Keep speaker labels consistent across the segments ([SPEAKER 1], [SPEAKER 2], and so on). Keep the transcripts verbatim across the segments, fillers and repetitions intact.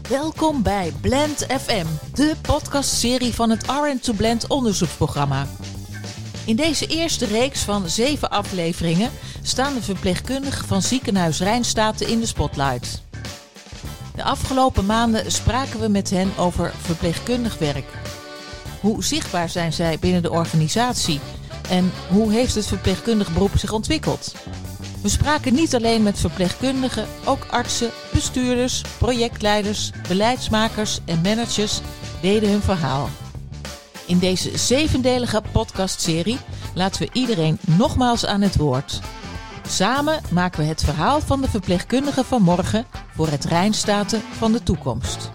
[SPEAKER 1] Welkom bij Blend F M, de podcastserie van het R N to Blend onderzoeksprogramma. In deze eerste reeks van zeven afleveringen staan de verpleegkundigen van Ziekenhuis Rijnstate in de spotlight. De afgelopen maanden spraken we met hen over verpleegkundig werk. Hoe zichtbaar zijn zij binnen de organisatie en hoe heeft het verpleegkundig beroep zich ontwikkeld? We spraken niet alleen met verpleegkundigen, ook artsen, bestuurders, projectleiders, beleidsmakers en managers deden hun verhaal. In deze zevendelige podcastserie laten we iedereen nogmaals aan het woord. Samen maken we het verhaal van de verpleegkundigen van morgen voor het Rijnstate van de toekomst.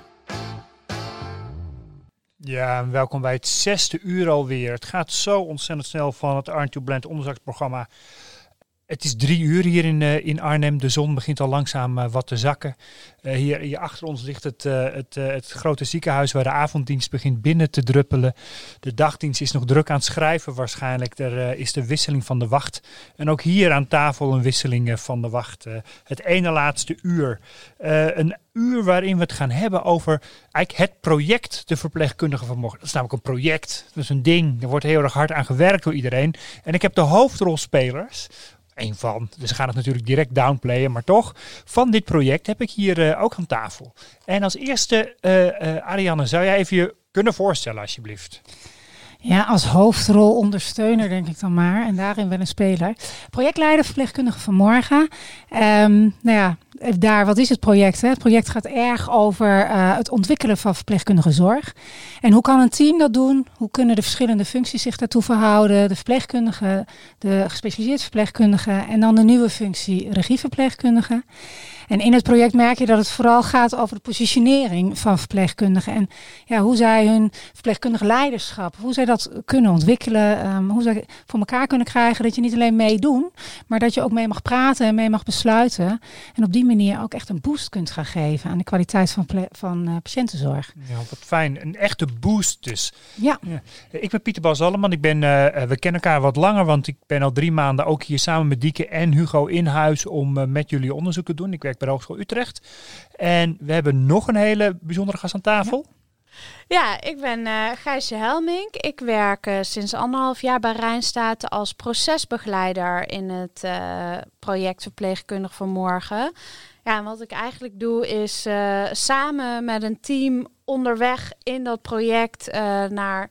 [SPEAKER 2] Ja, welkom bij het zesde uur alweer. Het gaat zo ontzettend snel van het R N to Blend onderzoeksprogramma. Het is drie uur hier in, uh, in Arnhem. De zon begint al langzaam uh, wat te zakken. Uh, hier, hier achter ons ligt het, uh, het, uh, het grote ziekenhuis waar de avonddienst begint binnen te druppelen. De dagdienst is nog druk aan het schrijven waarschijnlijk. Er uh, is de wisseling van de wacht. En ook hier aan tafel een wisseling uh, van de wacht. Uh, het ene laatste uur. Uh, een uur waarin we het gaan hebben over eigenlijk het project de verpleegkundigen van morgen. Dat is namelijk een project. Dat is een ding. Er wordt heel erg hard aan gewerkt door iedereen. En ik heb de hoofdrolspelers... Eén van, dus we gaan het natuurlijk direct downplayen, maar toch, van dit project heb ik hier uh, ook aan tafel. En als eerste, uh, uh, Ariane, zou jij even je kunnen voorstellen alsjeblieft?
[SPEAKER 3] Ja, als hoofdrolondersteuner denk ik dan maar. En daarin wel een speler. Projectleider verpleegkundige van morgen. Um, nou ja, daar, wat is het project? Hè? Het project gaat erg over uh, het ontwikkelen van verpleegkundige zorg. En hoe kan een team dat doen? Hoe kunnen de verschillende functies zich daartoe verhouden? De verpleegkundigen, de gespecialiseerde verpleegkundigen en dan de nieuwe functie regieverpleegkundige. En in het project merk je dat het vooral gaat over de positionering van verpleegkundigen. En ja, hoe zij hun verpleegkundig leiderschap, hoe zij dat kunnen ontwikkelen. Um, hoe zij voor elkaar kunnen krijgen dat je niet alleen meedoen, maar dat je ook mee mag praten en mee mag besluiten. En op die manier ook echt een boost kunt gaan geven aan de kwaliteit van, ple- van uh, patiëntenzorg.
[SPEAKER 2] Ja, wat fijn. Een echte boost dus.
[SPEAKER 3] Ja.
[SPEAKER 2] ja. Ik ben Pieter Balzalleman. Ik ben, uh, we kennen elkaar wat langer, want ik ben al drie maanden ook hier samen met Dieke en Hugo in huis om uh, met jullie onderzoek te doen. Ik werk bij de Hogeschool Utrecht. En we hebben nog een hele bijzondere gast aan tafel.
[SPEAKER 4] Ja, ik ben uh, Gijsje Helmink. Ik werk uh, sinds anderhalf jaar bij Rijnstate als procesbegeleider in het uh, project Verpleegkundig van Morgen. Ja, en wat ik eigenlijk doe is uh, samen met een team onderweg in dat project uh, naar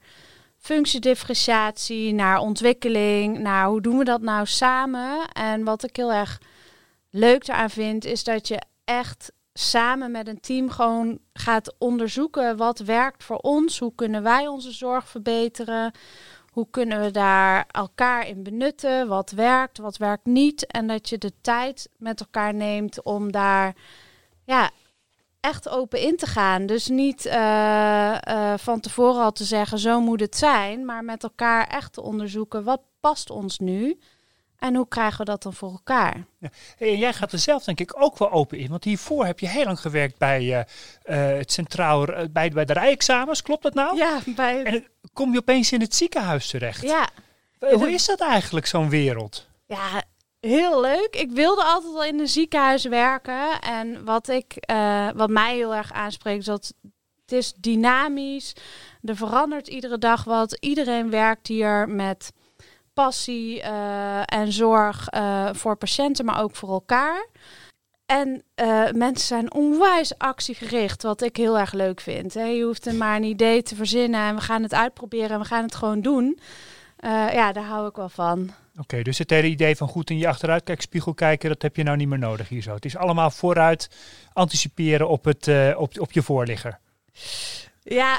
[SPEAKER 4] functiedifferentiatie, naar ontwikkeling, naar hoe doen we dat nou samen. En wat ik heel erg leuk daaraan vind, is dat je echt samen met een team gewoon gaat onderzoeken wat werkt voor ons. Hoe kunnen wij onze zorg verbeteren? Hoe kunnen we daar elkaar in benutten? Wat werkt, wat werkt niet? En dat je de tijd met elkaar neemt om daar ja, echt open in te gaan. Dus niet uh, uh, van tevoren al te zeggen, zo moet het zijn. Maar met elkaar echt te onderzoeken, wat past ons nu? En hoe krijgen we dat dan voor elkaar?
[SPEAKER 2] Ja. Hey, en jij gaat er zelf denk ik ook wel open in. Want hiervoor heb je heel lang gewerkt bij uh, uh, het centraal, uh, bij, bij de rijexamens. Klopt dat nou?
[SPEAKER 4] Ja, bij...
[SPEAKER 2] En dan kom je opeens in het ziekenhuis terecht.
[SPEAKER 4] Ja.
[SPEAKER 2] Hoe is dat eigenlijk, zo'n wereld?
[SPEAKER 4] Ja, heel leuk. Ik wilde altijd al in een ziekenhuis werken. En wat, ik, uh, wat mij heel erg aanspreekt, is dat het is dynamisch. Er verandert iedere dag wat. Iedereen werkt hier met passie uh, en zorg uh, voor patiënten, maar ook voor elkaar. En uh, mensen zijn onwijs actiegericht, wat ik heel erg leuk vind. Hè. Je hoeft er maar een idee te verzinnen en we gaan het uitproberen en we gaan het gewoon doen. Uh, ja, daar hou ik wel van.
[SPEAKER 2] Oké, okay, dus het hele idee van goed in je achteruitkijkspiegel kijken, dat heb je nou niet meer nodig hier zo. Het is allemaal vooruit anticiperen op, het, uh, op, op je voorligger.
[SPEAKER 4] Ja,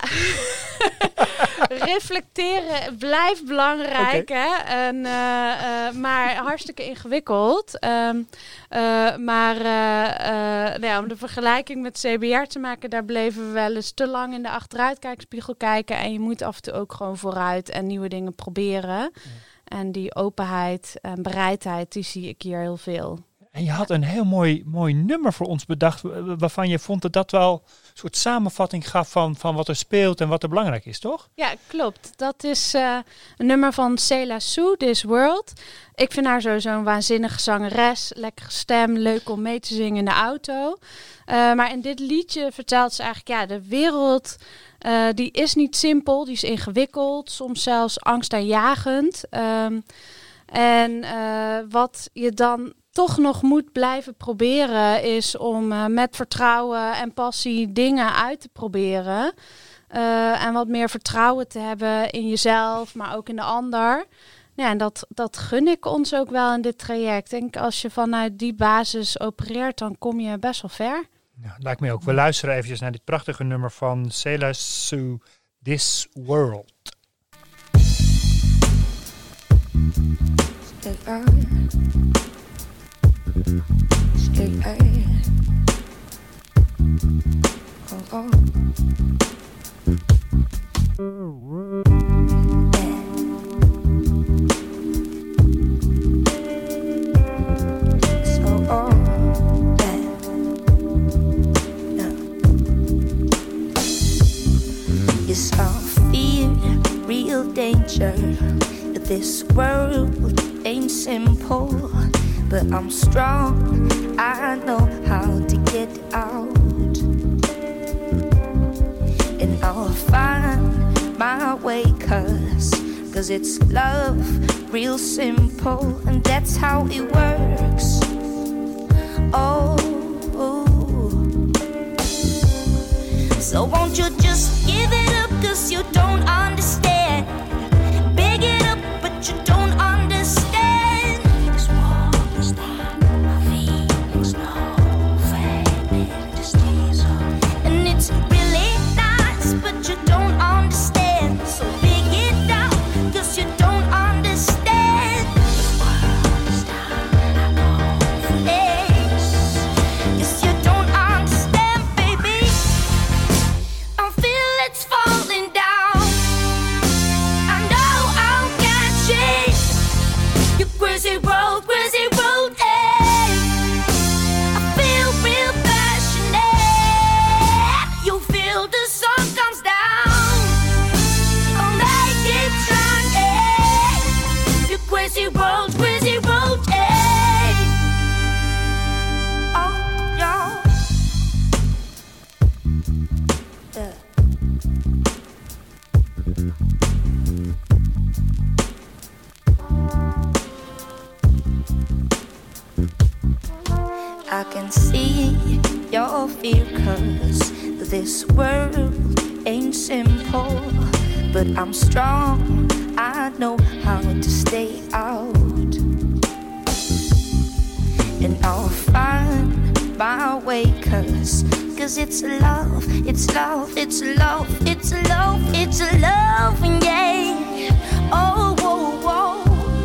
[SPEAKER 4] reflecteren blijft belangrijk, okay. hè? En, uh, uh, maar hartstikke ingewikkeld. Um, uh, maar uh, uh, nou ja, om de vergelijking met C B R te maken, daar bleven we wel eens te lang in de achteruitkijkspiegel kijken. En je moet af en toe ook gewoon vooruit en nieuwe dingen proberen. Ja. En die openheid en bereidheid, die zie ik hier heel veel.
[SPEAKER 2] En je had een heel mooi, mooi nummer voor ons bedacht, waarvan je vond dat dat wel een soort samenvatting gaf van, van wat er speelt en wat er belangrijk is, toch?
[SPEAKER 4] Ja, klopt. Dat is uh, een nummer van Céla Sue, This World. Ik vind haar sowieso een waanzinnige zangeres, lekkere stem, leuk om mee te zingen in de auto. Uh, maar in dit liedje vertelt ze eigenlijk, ja, de wereld uh, die is niet simpel, die is ingewikkeld, soms zelfs angstaanjagend. Um, en uh, wat je dan toch nog moet blijven proberen is om uh, met vertrouwen en passie dingen uit te proberen. Uh, en wat meer vertrouwen te hebben in jezelf, maar ook in de ander. Ja, en dat, dat gun ik ons ook wel in dit traject. Ik denk, als je vanuit die basis opereert, dan kom je best wel ver.
[SPEAKER 2] Ja, lijkt me ook. We luisteren eventjes naar dit prachtige nummer van Céla Sue, This World.
[SPEAKER 5] Stay out. Stay out. Oh, oh. Yes, I feel real danger. This world ain't simple, but I'm strong. I know how to get out, and I'll find my way, cause, cause it's love, real simple, and that's how it works. Oh, so won't you just give it up, cause you don't understand. Big it up, but you don't understand. This world is not my feelings, no fading to stay so. And it's really nice, but you don't understand. So big it up, cause you don't understand. This world is not my feelings, cause you don't understand, baby. I feel it's falling down. I know I'll catch it. You crazy road, crazy road, hey. I feel real passionate. You feel the sun comes down. I'll make it shine, hey. You crazy road, crazy road, hey. Oh, yeah. Yeah. I can see your fear, cause this world ain't simple, but I'm strong. I know how to stay out, and I'll find my way, cause, cause it's love, it's love, it's love, it's love, it's love, yeah. Oh, whoa, whoa.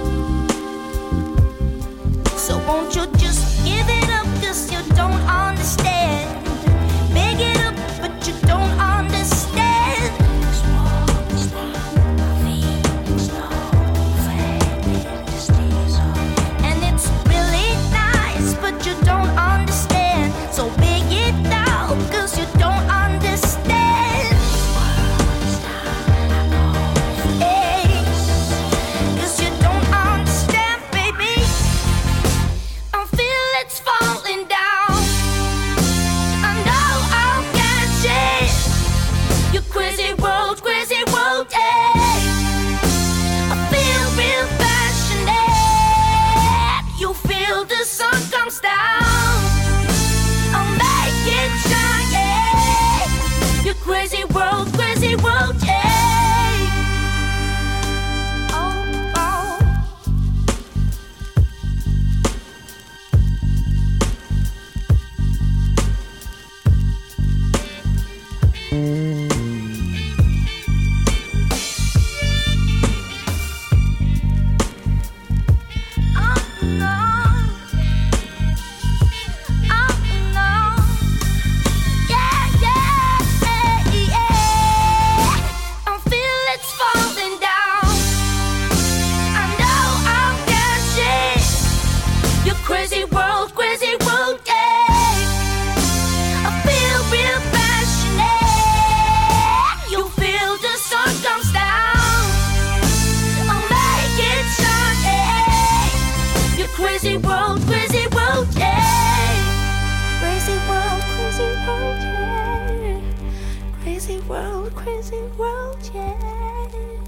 [SPEAKER 5] So won't you just give it up, cause you don't understand. Big it up, but you don't understand. This world is not my feelings, no fading to stay so. And it's really nice, but you don't understand. So big it out, cause you don't understand. This world is not my feelings, cause you don't understand, baby. I feel it's falling down. I know I'll catch it. You crazy world, crazy world, hey. I feel real passionate. You feel the sun comes down. I'll make it shine, yeah. You crazy world, crazy world, hey. Oh, oh. Crazy world, crazy crazy world, yeah.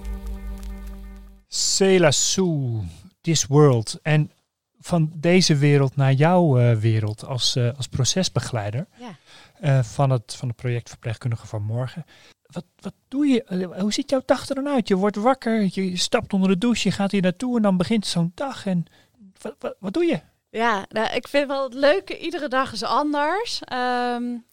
[SPEAKER 2] Céla Sue, This World. En van deze wereld naar jouw uh, wereld als, uh, als procesbegeleider
[SPEAKER 4] Ja.
[SPEAKER 2] uh, van, het, van het project Verpleegkundige van Morgen. Wat, wat doe je? Uh, hoe ziet jouw dag er dan uit? Je wordt wakker, je stapt onder de douche, je gaat hier naartoe en dan begint zo'n dag. En wat, wat, wat doe je?
[SPEAKER 4] Ja, nou, ik vind wel het leuke, iedere dag is anders. Um,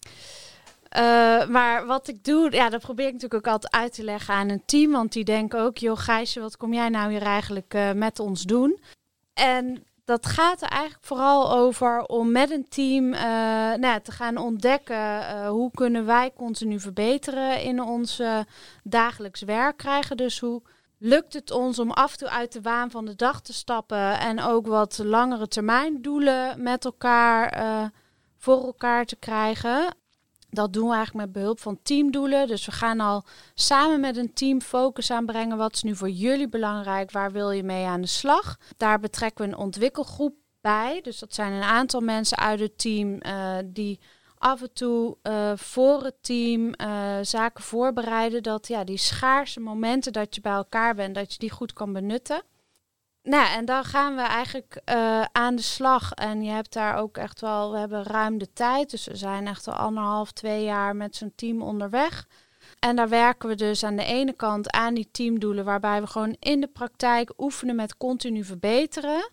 [SPEAKER 4] uh, maar wat ik doe, ja, dat probeer ik natuurlijk ook altijd uit te leggen aan een team. Want die denken ook, joh Gijsje, wat kom jij nou hier eigenlijk uh, met ons doen? En dat gaat er eigenlijk vooral over om met een team uh, nou ja, te gaan ontdekken uh, hoe kunnen wij continu verbeteren in ons uh, dagelijks werk krijgen. Dus hoe lukt het ons om af en toe uit de waan van de dag te stappen en ook wat langere termijn doelen met elkaar uh, voor elkaar te krijgen. Dat doen we eigenlijk met behulp van teamdoelen. Dus we gaan al samen met een team focus aanbrengen. Wat is nu voor jullie belangrijk? Waar wil je mee aan de slag? Daar betrekken we een ontwikkelgroep bij. Dus dat zijn een aantal mensen uit het team uh, die af en toe uh, voor het team uh, zaken voorbereiden. Dat ja, die schaarse momenten dat je bij elkaar bent, dat je die goed kan benutten. Nou, en dan gaan we eigenlijk uh, aan de slag. En je hebt daar ook echt wel, we hebben ruim de tijd. Dus we zijn echt al anderhalf, twee jaar met zo'n team onderweg. En daar werken we dus aan de ene kant aan die teamdoelen, waarbij we gewoon in de praktijk oefenen met continu verbeteren.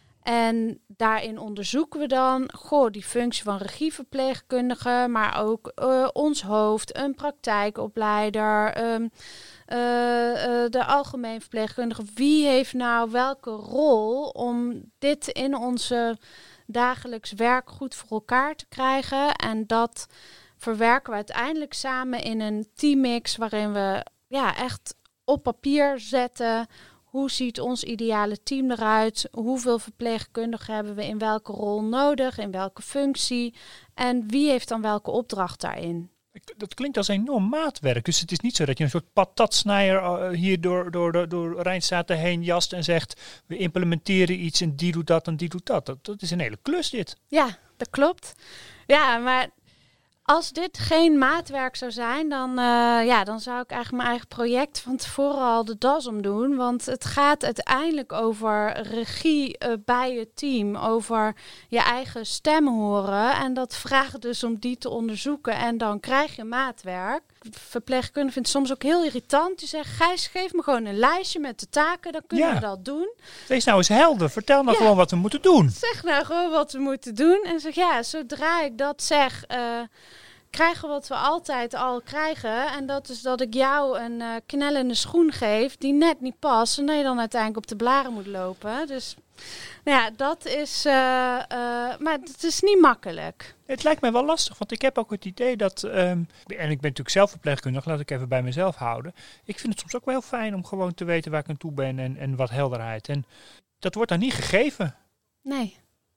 [SPEAKER 4] En daarin onderzoeken we dan, goh, die functie van regieverpleegkundige, maar ook uh, ons hoofd, een praktijkopleider, um, uh, uh, de algemeen verpleegkundige. Wie heeft nou welke rol om dit in onze dagelijks werk goed voor elkaar te krijgen? En dat verwerken we uiteindelijk samen in een teammix waarin we ja, echt op papier zetten. Hoe ziet ons ideale team eruit? Hoeveel verpleegkundigen hebben we in welke rol nodig? In welke functie? En wie heeft dan welke opdracht daarin?
[SPEAKER 2] Dat klinkt als enorm maatwerk. Dus het is niet zo dat je een soort patatsnijer uh, hier door, door, door, door Rijnstaten heen jast en zegt, we implementeren iets en die doet dat en die doet dat. Dat, dat is een hele klus dit.
[SPEAKER 4] Ja, dat klopt. Ja, maar als dit geen maatwerk zou zijn, dan, uh, ja, dan zou ik eigenlijk mijn eigen project van tevoren al de das om doen. Want het gaat uiteindelijk over regie uh, bij het team, over je eigen stem horen. En dat vraagt dus om die te onderzoeken en dan krijg je maatwerk. Verpleegkundigen vindt het soms ook heel irritant. Die zeggen, Gijs, geef me gewoon een lijstje met de taken, dan kunnen
[SPEAKER 2] ja.
[SPEAKER 4] we dat doen.
[SPEAKER 2] Wees nou eens helder, vertel nou
[SPEAKER 4] ja.
[SPEAKER 2] gewoon wat we moeten doen.
[SPEAKER 4] Zeg nou gewoon wat we moeten doen. En zeg, ja, zodra ik dat zeg, uh, krijgen we wat we altijd al krijgen. En dat is dat ik jou een uh, knellende schoen geef die net niet past. En dat je dan uiteindelijk op de blaren moet lopen. Dus nou ja, dat is, uh, uh, maar het is niet makkelijk.
[SPEAKER 2] Het lijkt mij wel lastig, want ik heb ook het idee dat, um, en ik ben natuurlijk zelf verpleegkundige, laat ik even bij mezelf houden. Ik vind het soms ook wel heel fijn om gewoon te weten waar ik aan toe ben en, en wat helderheid. En dat wordt dan niet gegeven.
[SPEAKER 4] Nee.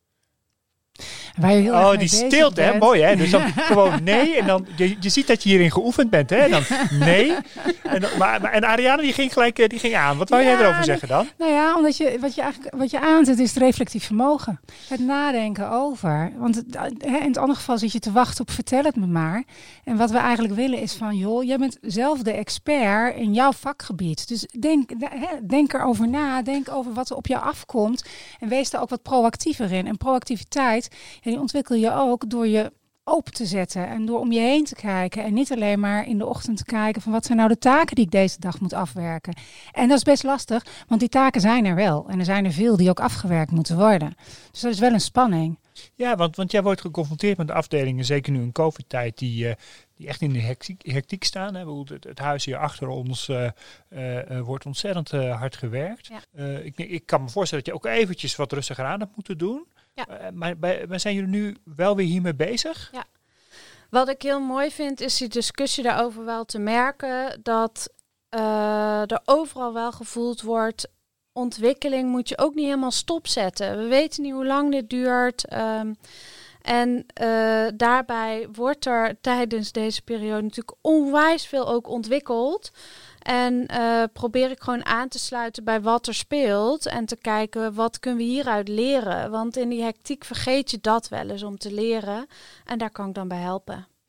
[SPEAKER 3] Waar je heel erg
[SPEAKER 2] oh,
[SPEAKER 3] mee
[SPEAKER 2] die
[SPEAKER 3] bezig
[SPEAKER 2] stilte, hè?
[SPEAKER 3] bent.
[SPEAKER 2] Mooi, hè? Dus dan gewoon nee. En dan, je, je ziet dat je hierin geoefend bent, hè? Dan nee. En, dan, maar, maar, en Ariane, die ging gelijk die ging aan. Wat wou
[SPEAKER 3] Ja,
[SPEAKER 2] jij erover
[SPEAKER 3] dat-
[SPEAKER 2] zeggen dan?
[SPEAKER 3] Nou ja, omdat je wat je eigenlijk wat je aanzet is het reflectief vermogen. Het nadenken over. Want het, hè, in het andere geval zit je te wachten op vertel het me maar. En wat we eigenlijk willen is van, joh, jij bent zelf de expert in jouw vakgebied. Dus denk, hè, denk erover na. Denk over wat er op jou afkomt. En wees daar ook wat proactiever in. En proactiviteit, ja, die ontwikkel je ook door je open te zetten en door om je heen te kijken en niet alleen maar in de ochtend te kijken van wat zijn nou de taken die ik deze dag moet afwerken. En dat is best lastig, want die taken zijn er wel en er zijn er veel die ook afgewerkt moeten worden. Dus dat is wel een spanning.
[SPEAKER 2] Ja, want, want jij wordt geconfronteerd met de afdelingen, zeker nu in COVID-tijd, die, uh, die echt in de hectiek, hectiek staan. Hè. Het, het huis hier achter ons uh, uh, uh, wordt ontzettend uh, hard gewerkt.
[SPEAKER 4] Ja.
[SPEAKER 2] Uh, ik, ik kan me voorstellen dat je ook eventjes wat rustiger aan hebt moeten doen.
[SPEAKER 4] Ja.
[SPEAKER 2] Uh, maar, bij, maar zijn jullie nu wel weer hiermee bezig?
[SPEAKER 4] Ja. Wat ik heel mooi vind, is die discussie daarover wel te merken dat uh, er overal wel gevoeld wordt, ontwikkeling moet je ook niet helemaal stopzetten. We weten niet hoe lang dit duurt. Um, en uh, daarbij wordt er tijdens deze periode natuurlijk onwijs veel ook ontwikkeld. En uh, probeer ik gewoon aan te sluiten bij wat er speelt. En te kijken, wat kunnen we hieruit leren? Want in die hectiek vergeet je dat wel eens om te leren. En daar kan ik dan bij helpen.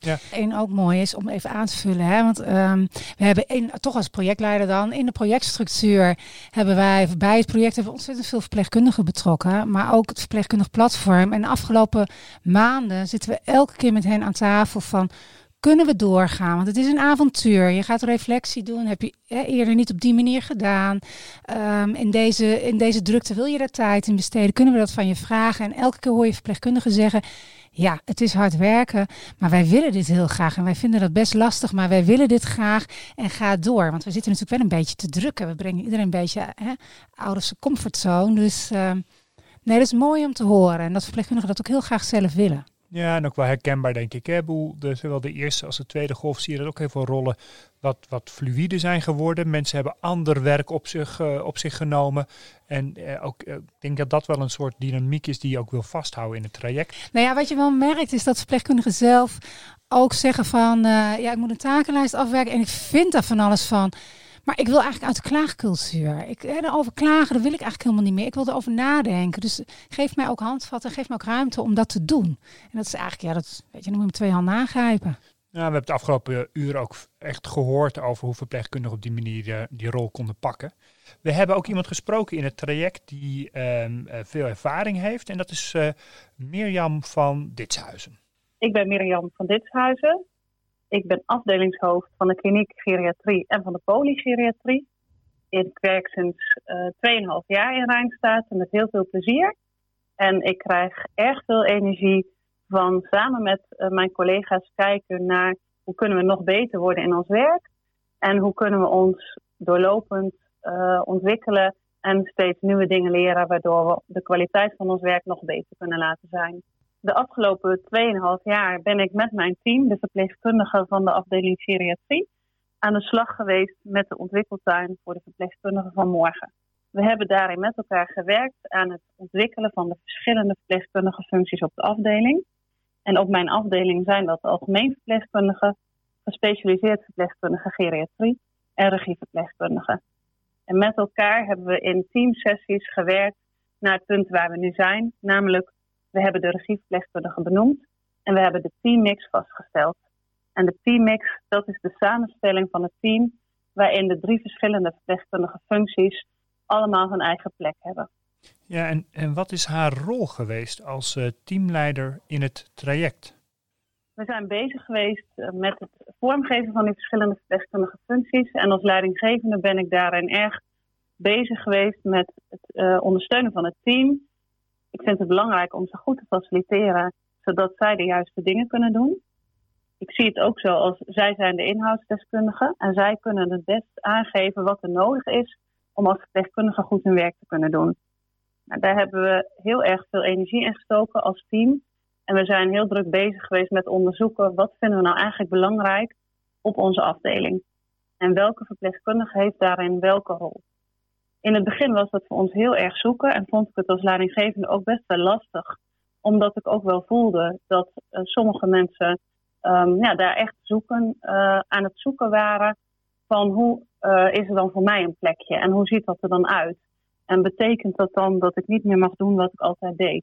[SPEAKER 2] Ja.
[SPEAKER 3] En ook mooi is om even aan te vullen. Hè? Want um, we hebben in, toch als projectleider dan in de projectstructuur hebben wij bij het project hebben we ontzettend veel verpleegkundigen betrokken. Maar ook het verpleegkundig platform. En de afgelopen maanden zitten we elke keer met hen aan tafel van kunnen we doorgaan? Want het is een avontuur. Je gaat reflectie doen. Heb je hè, eerder niet op die manier gedaan. Um, in, deze, in deze drukte wil je daar tijd in besteden. Kunnen we dat van je vragen? En elke keer hoor je verpleegkundigen zeggen, ja, het is hard werken, maar wij willen dit heel graag. En wij vinden dat best lastig, maar wij willen dit graag en ga door. Want we zitten natuurlijk wel een beetje te drukken. We brengen iedereen een beetje hè, out of zijn comfortzone. Dus uh, nee, dat is mooi om te horen. En dat verpleegkundigen dat ook heel graag zelf willen.
[SPEAKER 2] Ja, en ook wel herkenbaar, denk ik. Hè? De, zowel de eerste als de tweede golf zie je dat ook heel veel rollen wat, wat fluïde zijn geworden. Mensen hebben ander werk op zich, uh, op zich genomen. En uh, ook, uh, ik denk dat dat wel een soort dynamiek is die je ook wil vasthouden in het traject.
[SPEAKER 3] Nou ja, wat je wel merkt is dat verpleegkundigen zelf ook zeggen van, uh, ja, ik moet een takenlijst afwerken en ik vind daar van alles van. Maar ik wil eigenlijk uit de klaagcultuur. Ik, hè, over klagen, dat wil ik eigenlijk helemaal niet meer. Ik wil erover nadenken. Dus geef mij ook handvatten, geef mij ook ruimte om dat te doen. En dat is eigenlijk, ja, dat, weet je, dan moet je met twee handen aangrijpen.
[SPEAKER 2] Ja, we hebben het afgelopen uur ook echt gehoord over hoe verpleegkundigen op die manier uh, die rol konden pakken. We hebben ook iemand gesproken in het traject die um, uh, veel ervaring heeft. En dat is uh, Mirjam van Ditshuizen.
[SPEAKER 6] Ik ben Mirjam van Ditshuizen. Ik ben afdelingshoofd van de kliniek geriatrie en van de polygeriatrie. Ik werk sinds uh, twee komma vijf jaar in Rijnstaat met heel veel plezier. En ik krijg erg veel energie van samen met uh, mijn collega's kijken naar hoe kunnen we nog beter worden in ons werk. En hoe kunnen we ons doorlopend uh, ontwikkelen en steeds nieuwe dingen leren waardoor we de kwaliteit van ons werk nog beter kunnen laten zijn. De afgelopen twee komma vijf jaar ben ik met mijn team, de verpleegkundigen van de afdeling geriatrie, aan de slag geweest met de ontwikkeltuin voor de verpleegkundigen van morgen. We hebben daarin met elkaar gewerkt aan het ontwikkelen van de verschillende verpleegkundige functies op de afdeling. En op mijn afdeling zijn dat algemeen verpleegkundigen, gespecialiseerd verpleegkundige geriatrie en regieverpleegkundigen. En met elkaar hebben we in teamsessies gewerkt naar het punt waar we nu zijn, namelijk we hebben de regieverpleegkundige benoemd en we hebben de teammix vastgesteld. En de teammix, dat is de samenstelling van het team waarin de drie verschillende verpleegkundige functies allemaal hun eigen plek hebben.
[SPEAKER 2] Ja, en, en wat is haar rol geweest als uh, teamleider in het traject?
[SPEAKER 6] We zijn bezig geweest uh, met het vormgeven van die verschillende verpleegkundige functies. En als leidinggevende ben ik daarin erg bezig geweest met het uh, ondersteunen van het team. Ik vind het belangrijk om ze goed te faciliteren, zodat zij de juiste dingen kunnen doen. Ik zie het ook zo als zij zijn de inhoudsdeskundigen en zij kunnen het best aangeven wat er nodig is om als verpleegkundige goed hun werk te kunnen doen. Nou, daar hebben we heel erg veel energie in gestoken als team. En we zijn heel druk bezig geweest met onderzoeken wat vinden we nou eigenlijk belangrijk op onze afdeling. En welke verpleegkundige heeft daarin welke rol. In het begin was dat voor ons heel erg zoeken en vond ik het als leidinggevende ook best wel lastig. Omdat ik ook wel voelde dat uh, sommige mensen um, ja, daar echt zoeken, uh, aan het zoeken waren van hoe uh, is er dan voor mij een plekje en hoe ziet dat er dan uit. En betekent dat dan dat ik niet meer mag doen wat ik altijd deed.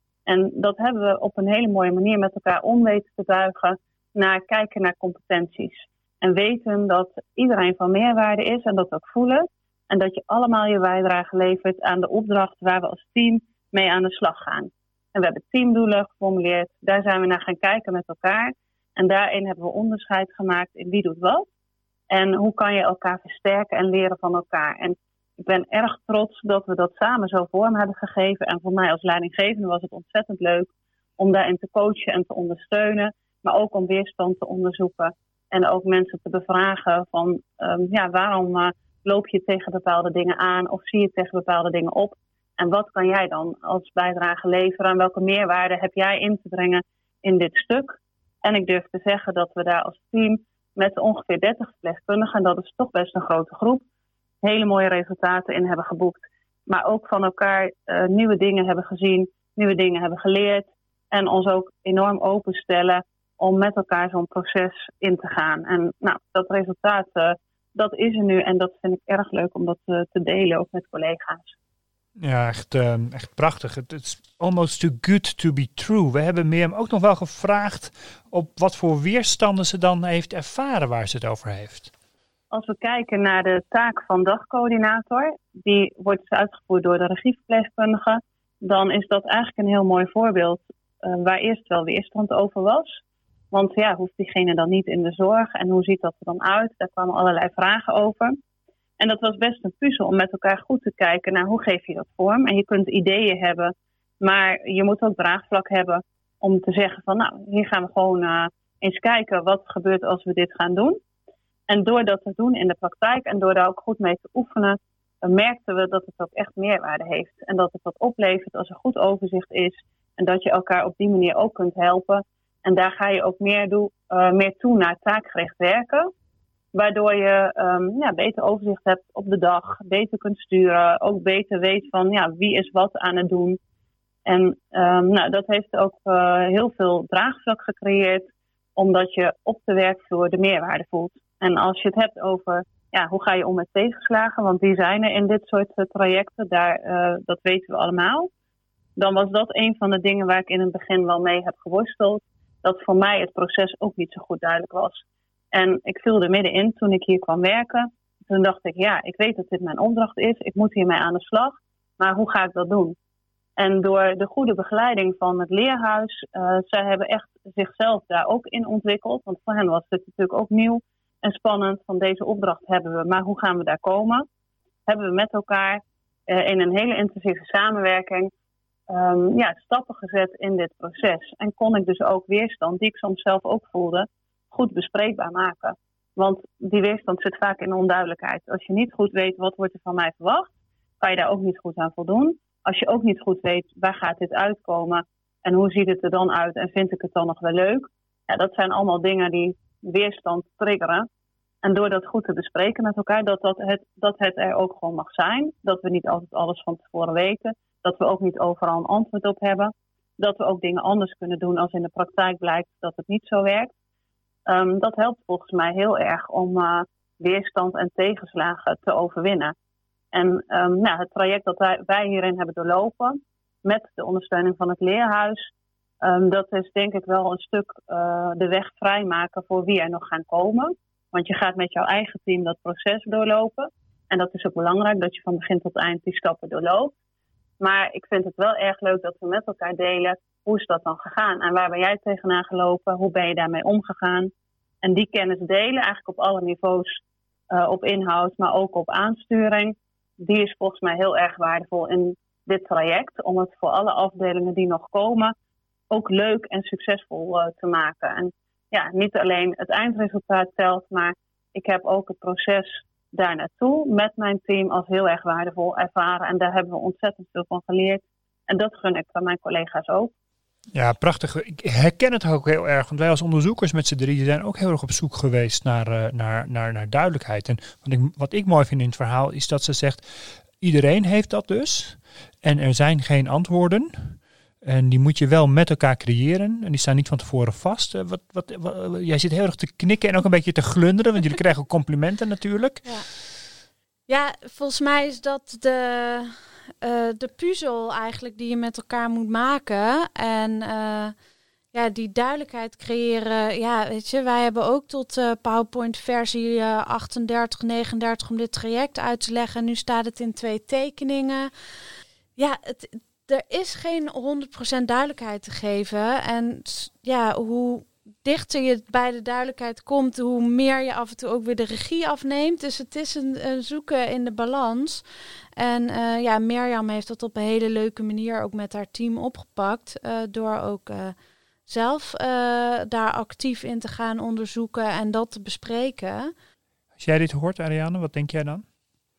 [SPEAKER 6] En dat hebben we op een hele mooie manier met elkaar om weten te buigen naar kijken naar competenties. En weten dat iedereen van meerwaarde is en dat ook voelen. En dat je allemaal je bijdrage levert aan de opdracht waar we als team mee aan de slag gaan. En we hebben teamdoelen geformuleerd. Daar zijn we naar gaan kijken met elkaar. En daarin hebben we onderscheid gemaakt in wie doet wat. En hoe kan je elkaar versterken en leren van elkaar. En ik ben erg trots dat we dat samen zo vorm hebben gegeven. En voor mij als leidinggevende was het ontzettend leuk om daarin te coachen en te ondersteunen. Maar ook om weerstand te onderzoeken. En ook mensen te bevragen van um, ja, waarom uh, loop je tegen bepaalde dingen aan of zie je tegen bepaalde dingen op. En wat kan jij dan als bijdrage leveren en welke meerwaarde heb jij in te brengen in dit stuk. En ik durf te zeggen dat we daar als team met ongeveer dertig verpleegkundigen, en dat is toch best een grote groep, hele mooie resultaten in hebben geboekt. Maar ook van elkaar uh, nieuwe dingen hebben gezien, nieuwe dingen hebben geleerd. En ons ook enorm openstellen om met elkaar zo'n proces in te gaan. En nou, dat resultaat, uh, dat is er nu. En dat vind ik erg leuk om dat uh, te delen, ook met collega's.
[SPEAKER 2] Ja, echt, uh, echt prachtig. Het is almost too good to be true. We hebben Mirjam ook nog wel gevraagd op wat voor weerstanden ze dan heeft ervaren waar ze het over heeft.
[SPEAKER 6] Als we kijken naar de taak van dagcoördinator, die wordt dus uitgevoerd door de regieverpleegkundige, dan is dat eigenlijk een heel mooi voorbeeld uh, waar eerst wel weerstand over was. Want ja, hoeft diegene dan niet in de zorg en hoe ziet dat er dan uit? Daar kwamen allerlei vragen over. En dat was best een puzzel om met elkaar goed te kijken naar hoe geef je dat vorm. En je kunt ideeën hebben, maar je moet ook draagvlak hebben om te zeggen van nou, hier gaan we gewoon uh, eens kijken wat gebeurt als we dit gaan doen. En door dat te doen in de praktijk en door daar ook goed mee te oefenen, uh, merkten we dat het ook echt meerwaarde heeft. En dat het wat oplevert als er goed overzicht is en dat je elkaar op die manier ook kunt helpen. En daar ga je ook meer, doe, uh, meer toe naar taakgericht werken. Waardoor je um, ja, beter overzicht hebt op de dag, beter kunt sturen, ook beter weet van ja, wie is wat aan het doen. En um, nou, dat heeft ook uh, heel veel draagvlak gecreëerd, omdat je op de werkvloer de meerwaarde voelt. En als je het hebt over ja, hoe ga je om met tegenslagen, want die zijn er in dit soort uh, trajecten, daar, uh, dat weten we allemaal. Dan was dat een van de dingen waar ik in het begin wel mee heb geworsteld, dat voor mij het proces ook niet zo goed duidelijk was. En ik viel er middenin toen ik hier kwam werken. Toen dacht ik, ja, ik weet dat dit mijn opdracht is. Ik moet hiermee aan de slag. Maar hoe ga ik dat doen? En door de goede begeleiding van het leerhuis, uh, zij hebben echt zichzelf daar ook in ontwikkeld. Want voor hen was dit natuurlijk ook nieuw en spannend. Van deze opdracht hebben we, maar hoe gaan we daar komen? Hebben we met elkaar uh, in een hele intensieve samenwerking um, ja, stappen gezet in dit proces. En kon ik dus ook weerstand, die ik soms zelf ook voelde, goed bespreekbaar maken. Want die weerstand zit vaak in onduidelijkheid. Als je niet goed weet wat wordt er van mij verwacht, kan je daar ook niet goed aan voldoen. Als je ook niet goed weet waar gaat dit uitkomen en hoe ziet het er dan uit en vind ik het dan nog wel leuk. Ja, dat zijn allemaal dingen die weerstand triggeren. En door dat goed te bespreken met elkaar, dat, dat, het, dat het er ook gewoon mag zijn. Dat we niet altijd alles van tevoren weten. Dat we ook niet overal een antwoord op hebben. Dat we ook dingen anders kunnen doen als in de praktijk blijkt dat het niet zo werkt. Um, dat helpt volgens mij heel erg om uh, weerstand en tegenslagen te overwinnen. En um, nou, het traject dat wij, wij hierin hebben doorlopen, met de ondersteuning van het leerhuis, um, dat is denk ik wel een stuk uh, de weg vrijmaken voor wie er nog gaan komen. Want je gaat met jouw eigen team dat proces doorlopen. En dat is ook belangrijk, dat je van begin tot eind die stappen doorloopt. Maar ik vind het wel erg leuk dat we met elkaar delen, hoe is dat dan gegaan? En waar ben jij tegenaan gelopen? Hoe ben je daarmee omgegaan? En die kennis delen, eigenlijk op alle niveaus, uh, op inhoud, maar ook op aansturing. Die is volgens mij heel erg waardevol in dit traject. Om het voor alle afdelingen die nog komen ook leuk en succesvol uh, te maken. En ja, niet alleen het eindresultaat telt, maar ik heb ook het proces daar naartoe met mijn team als heel erg waardevol ervaren. En daar hebben we ontzettend veel van geleerd. En dat gun ik van mijn collega's ook.
[SPEAKER 2] Ja, prachtig. Ik herken het ook heel erg. Want wij als onderzoekers met z'n drieën zijn ook heel erg op zoek geweest naar, uh, naar, naar, naar duidelijkheid. En wat ik, wat ik mooi vind in het verhaal is dat ze zegt, iedereen heeft dat dus. En er zijn geen antwoorden. En die moet je wel met elkaar creëren. En die staan niet van tevoren vast. Uh, wat, wat, wat, jij zit heel erg te knikken en ook een beetje te glunderen. Want jullie krijgen ook complimenten natuurlijk.
[SPEAKER 4] Ja, ja volgens mij is dat de... Uh, de puzzel eigenlijk die je met elkaar moet maken. En uh, ja, die duidelijkheid creëren. Ja, weet je, wij hebben ook tot uh, PowerPoint versie uh, achtendertig, negenendertig om dit traject uit te leggen. Nu staat het in twee tekeningen. Ja, het, er is geen honderd procent duidelijkheid te geven. En ja, hoe dichter je bij de duidelijkheid komt, hoe meer je af en toe ook weer de regie afneemt. Dus het is een, een zoeken in de balans. En uh, ja, Mirjam heeft dat op een hele leuke manier ook met haar team opgepakt. Uh, door ook uh, zelf uh, daar actief in te gaan onderzoeken en dat te bespreken.
[SPEAKER 2] Als jij dit hoort, Ariane, wat denk jij dan?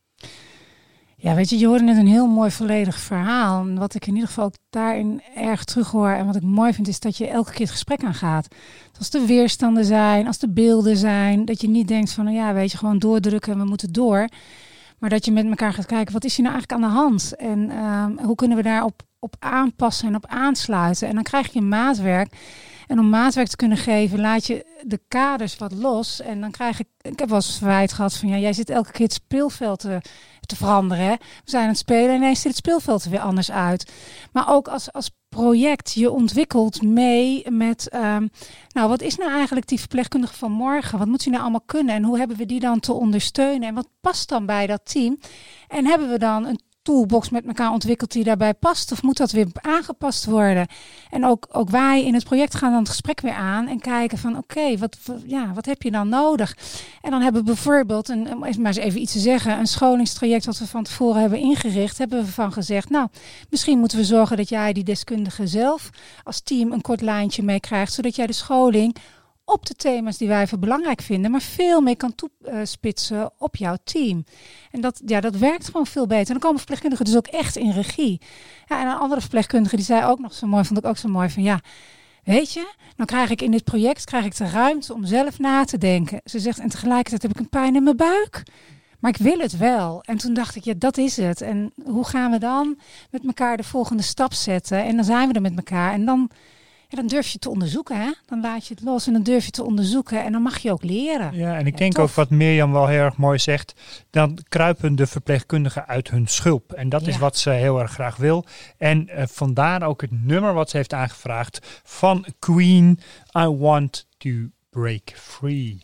[SPEAKER 3] Ja, weet je, je hoorde net een heel mooi volledig verhaal. En wat ik in ieder geval ook daarin erg terug hoor en wat ik mooi vind, is dat je elke keer het gesprek aangaat. Dus als de weerstanden zijn, als de beelden zijn, dat je niet denkt van, nou ja, weet je, gewoon doordrukken en we moeten door. Maar dat je met elkaar gaat kijken, wat is hier nou eigenlijk aan de hand? En um, hoe kunnen we daarop op aanpassen en op aansluiten? En dan krijg je maatwerk. En om maatwerk te kunnen geven, laat je de kaders wat los. En dan krijg ik, ik heb wel eens verwijt gehad van, ja, jij zit elke keer het speelveld te, te veranderen. Hè? We zijn aan het spelen en ineens ziet het speelveld er weer anders uit. Maar ook als, als project, je ontwikkelt mee met, um, nou, wat is nou eigenlijk die verpleegkundige van morgen? Wat moet die nou allemaal kunnen? En hoe hebben we die dan te ondersteunen? En wat past dan bij dat team? En hebben we dan een toolbox met elkaar ontwikkeld die daarbij past? Of moet dat weer aangepast worden? En ook, ook wij in het project gaan dan het gesprek weer aan en kijken van oké, okay, wat, ja, wat heb je dan nodig? En dan hebben we bijvoorbeeld, een, om maar eens even iets te zeggen, een scholingstraject wat we van tevoren hebben ingericht, hebben we van gezegd, nou, misschien moeten we zorgen dat jij die deskundige zelf als team een kort lijntje mee krijgt, zodat jij de scholing op de thema's die wij voor belangrijk vinden, maar veel meer kan toespitsen op jouw team. En dat, ja, dat werkt gewoon veel beter. En dan komen verpleegkundigen dus ook echt in regie. Ja, en een andere verpleegkundige die zei ook nog zo mooi, vond ik ook zo mooi, van ja, weet je, dan krijg ik in dit project krijg ik de ruimte om zelf na te denken. Ze zegt, en tegelijkertijd heb ik een pijn in mijn buik. Maar ik wil het wel. En toen dacht ik, ja, dat is het. En hoe gaan we dan met elkaar de volgende stap zetten? En dan zijn we er met elkaar. En dan Ja, dan durf je te onderzoeken, hè? Dan laat je het los en dan durf je te onderzoeken en dan mag je ook leren.
[SPEAKER 2] Ja, en ik
[SPEAKER 3] ja,
[SPEAKER 2] denk
[SPEAKER 3] tof.
[SPEAKER 2] ook wat Mirjam wel heel erg mooi zegt, dan kruipen de verpleegkundigen uit hun schulp. En dat
[SPEAKER 3] Ja.
[SPEAKER 2] is wat ze heel erg graag wil. En uh, vandaar ook het nummer wat ze heeft aangevraagd van Queen, I Want to Break Free.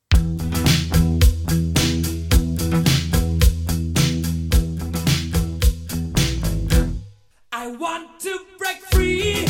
[SPEAKER 7] I want to break free.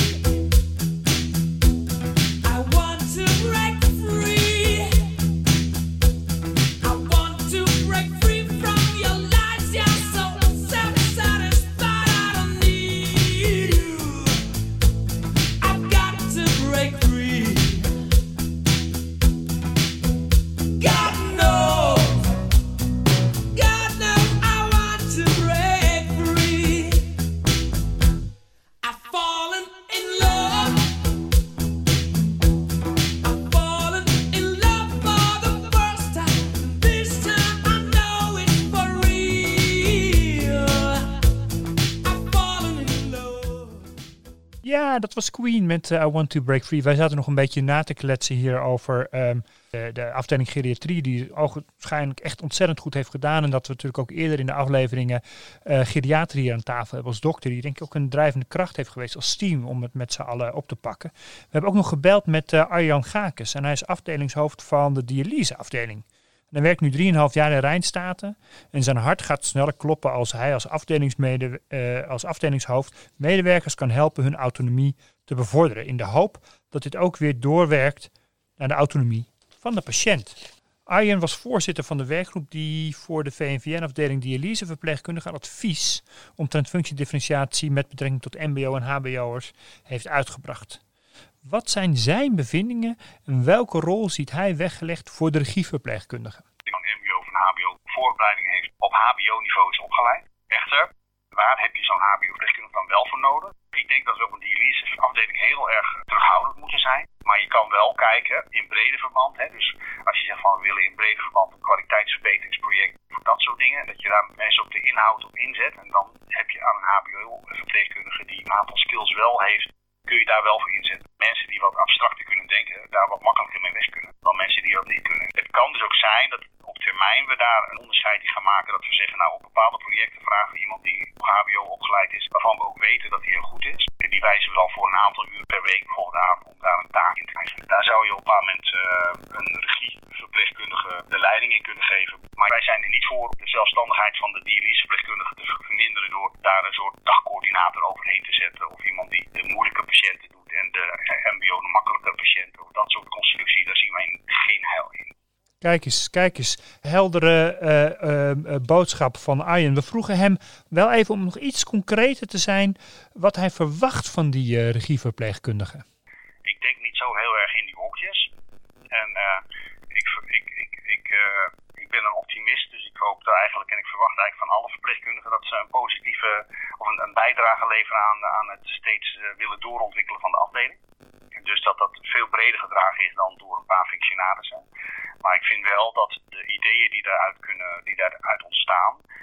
[SPEAKER 2] Ja, dat was Queen met uh, I Want to Break Free. Wij zaten nog een beetje na te kletsen hier over um, de, de afdeling geriatrie, die waarschijnlijk echt ontzettend goed heeft gedaan. En dat we natuurlijk ook eerder in de afleveringen uh, geriatrie hier aan tafel hebben als dokter, die denk ik ook een drijvende kracht heeft geweest als team om het met z'n allen op te pakken. We hebben ook nog gebeld met uh, Arjan Gakes en hij is afdelingshoofd van de dialyseafdeling. Hij werkt nu drieënhalf jaar in Rijnstaten en zijn hart gaat sneller kloppen als hij als, afdelingsmede, uh, als afdelingshoofd medewerkers kan helpen hun autonomie te bevorderen. In de hoop dat dit ook weer doorwerkt naar de autonomie van de patiënt. Arjen was voorzitter van de werkgroep die voor de V N V N-afdeling dialyseverpleegkundigen advies omtrent functiedifferentiatie met betrekking tot M B O en H B O'ers heeft uitgebracht. Wat zijn zijn bevindingen en welke rol ziet hij weggelegd voor de regieverpleegkundige?
[SPEAKER 8] Iemand M B O of een H B O voorbereiding heeft op H B O-niveau is opgeleid. Echter, waar heb je zo'n H B O-verpleegkundige dan wel voor nodig? Ik denk dat we op een dialyseafdeling heel erg terughoudend moeten zijn. Maar je kan wel kijken in brede verband. Hè, dus als je zegt van we willen in brede verband een kwaliteitsverbeteringsproject voor dat soort dingen. Dat je daar mensen op de inhoud op inzet. En dan heb je aan een H B O-verpleegkundige die een aantal skills wel heeft, kun je daar wel voor inzetten. Mensen die wat abstracter kunnen denken, daar wat makkelijker mee weg kunnen dan mensen die dat niet kunnen. Het kan dus ook zijn dat op termijn we daar een onderscheid in gaan maken. Dat we zeggen, nou op bepaalde projecten vragen we iemand die op H B O opgeleid is, waarvan we ook weten dat hij heel goed is. En die wijzen we dan voor een aantal uur per week bijvoorbeeld aan om daar een taak in te krijgen. Daar zou je op een bepaald moment uh, een regieverpleegkundige de leiding in kunnen geven. Maar wij zijn er niet voor de zelfstandigheid van de dialyseverpleegkundige te verminderen door daar een soort dagcoördinator overheen te zetten. Of iemand die de moeilijke patiënten doet en de M B O de makkelijke patiënten. Of dat soort constructie, daar zien wij geen heil in.
[SPEAKER 2] Kijk eens, kijk eens. Heldere uh, uh, boodschap van Arjen. We vroegen hem wel even om nog iets concreter te zijn wat hij verwacht van die uh, regieverpleegkundige.
[SPEAKER 8] Ik denk niet zo heel erg in die hokjes. En uh, ik, ik, ik, ik, uh, ik ben een optimist, dus ik hoop er eigenlijk en ik verwacht eigenlijk van alle verpleegkundigen dat ze een positieve of een, een bijdrage leveren aan, aan het steeds uh, willen doorontwikkelen van de afdeling. En dus dat dat veel breder gedragen is dan door een paar functionarissen. Maar ik vind wel dat de ideeën die daaruit kunnen, die daaruit ontstaan,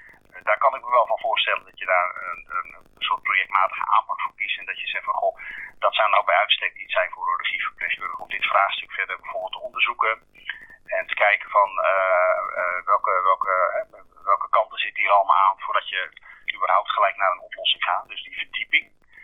[SPEAKER 8] daar kan ik me wel van voorstellen dat je daar een, een, een soort projectmatige aanpak voor kiest. En dat je zegt van, goh, dat zou nou bij uitstek iets zijn voor een regieverpleegkundige om dit vraagstuk verder bijvoorbeeld te onderzoeken. En te kijken van uh, uh, welke, welke, uh, welke kanten zitten hier allemaal aan voordat je überhaupt gelijk naar een oplossing gaat. Dus die verdieping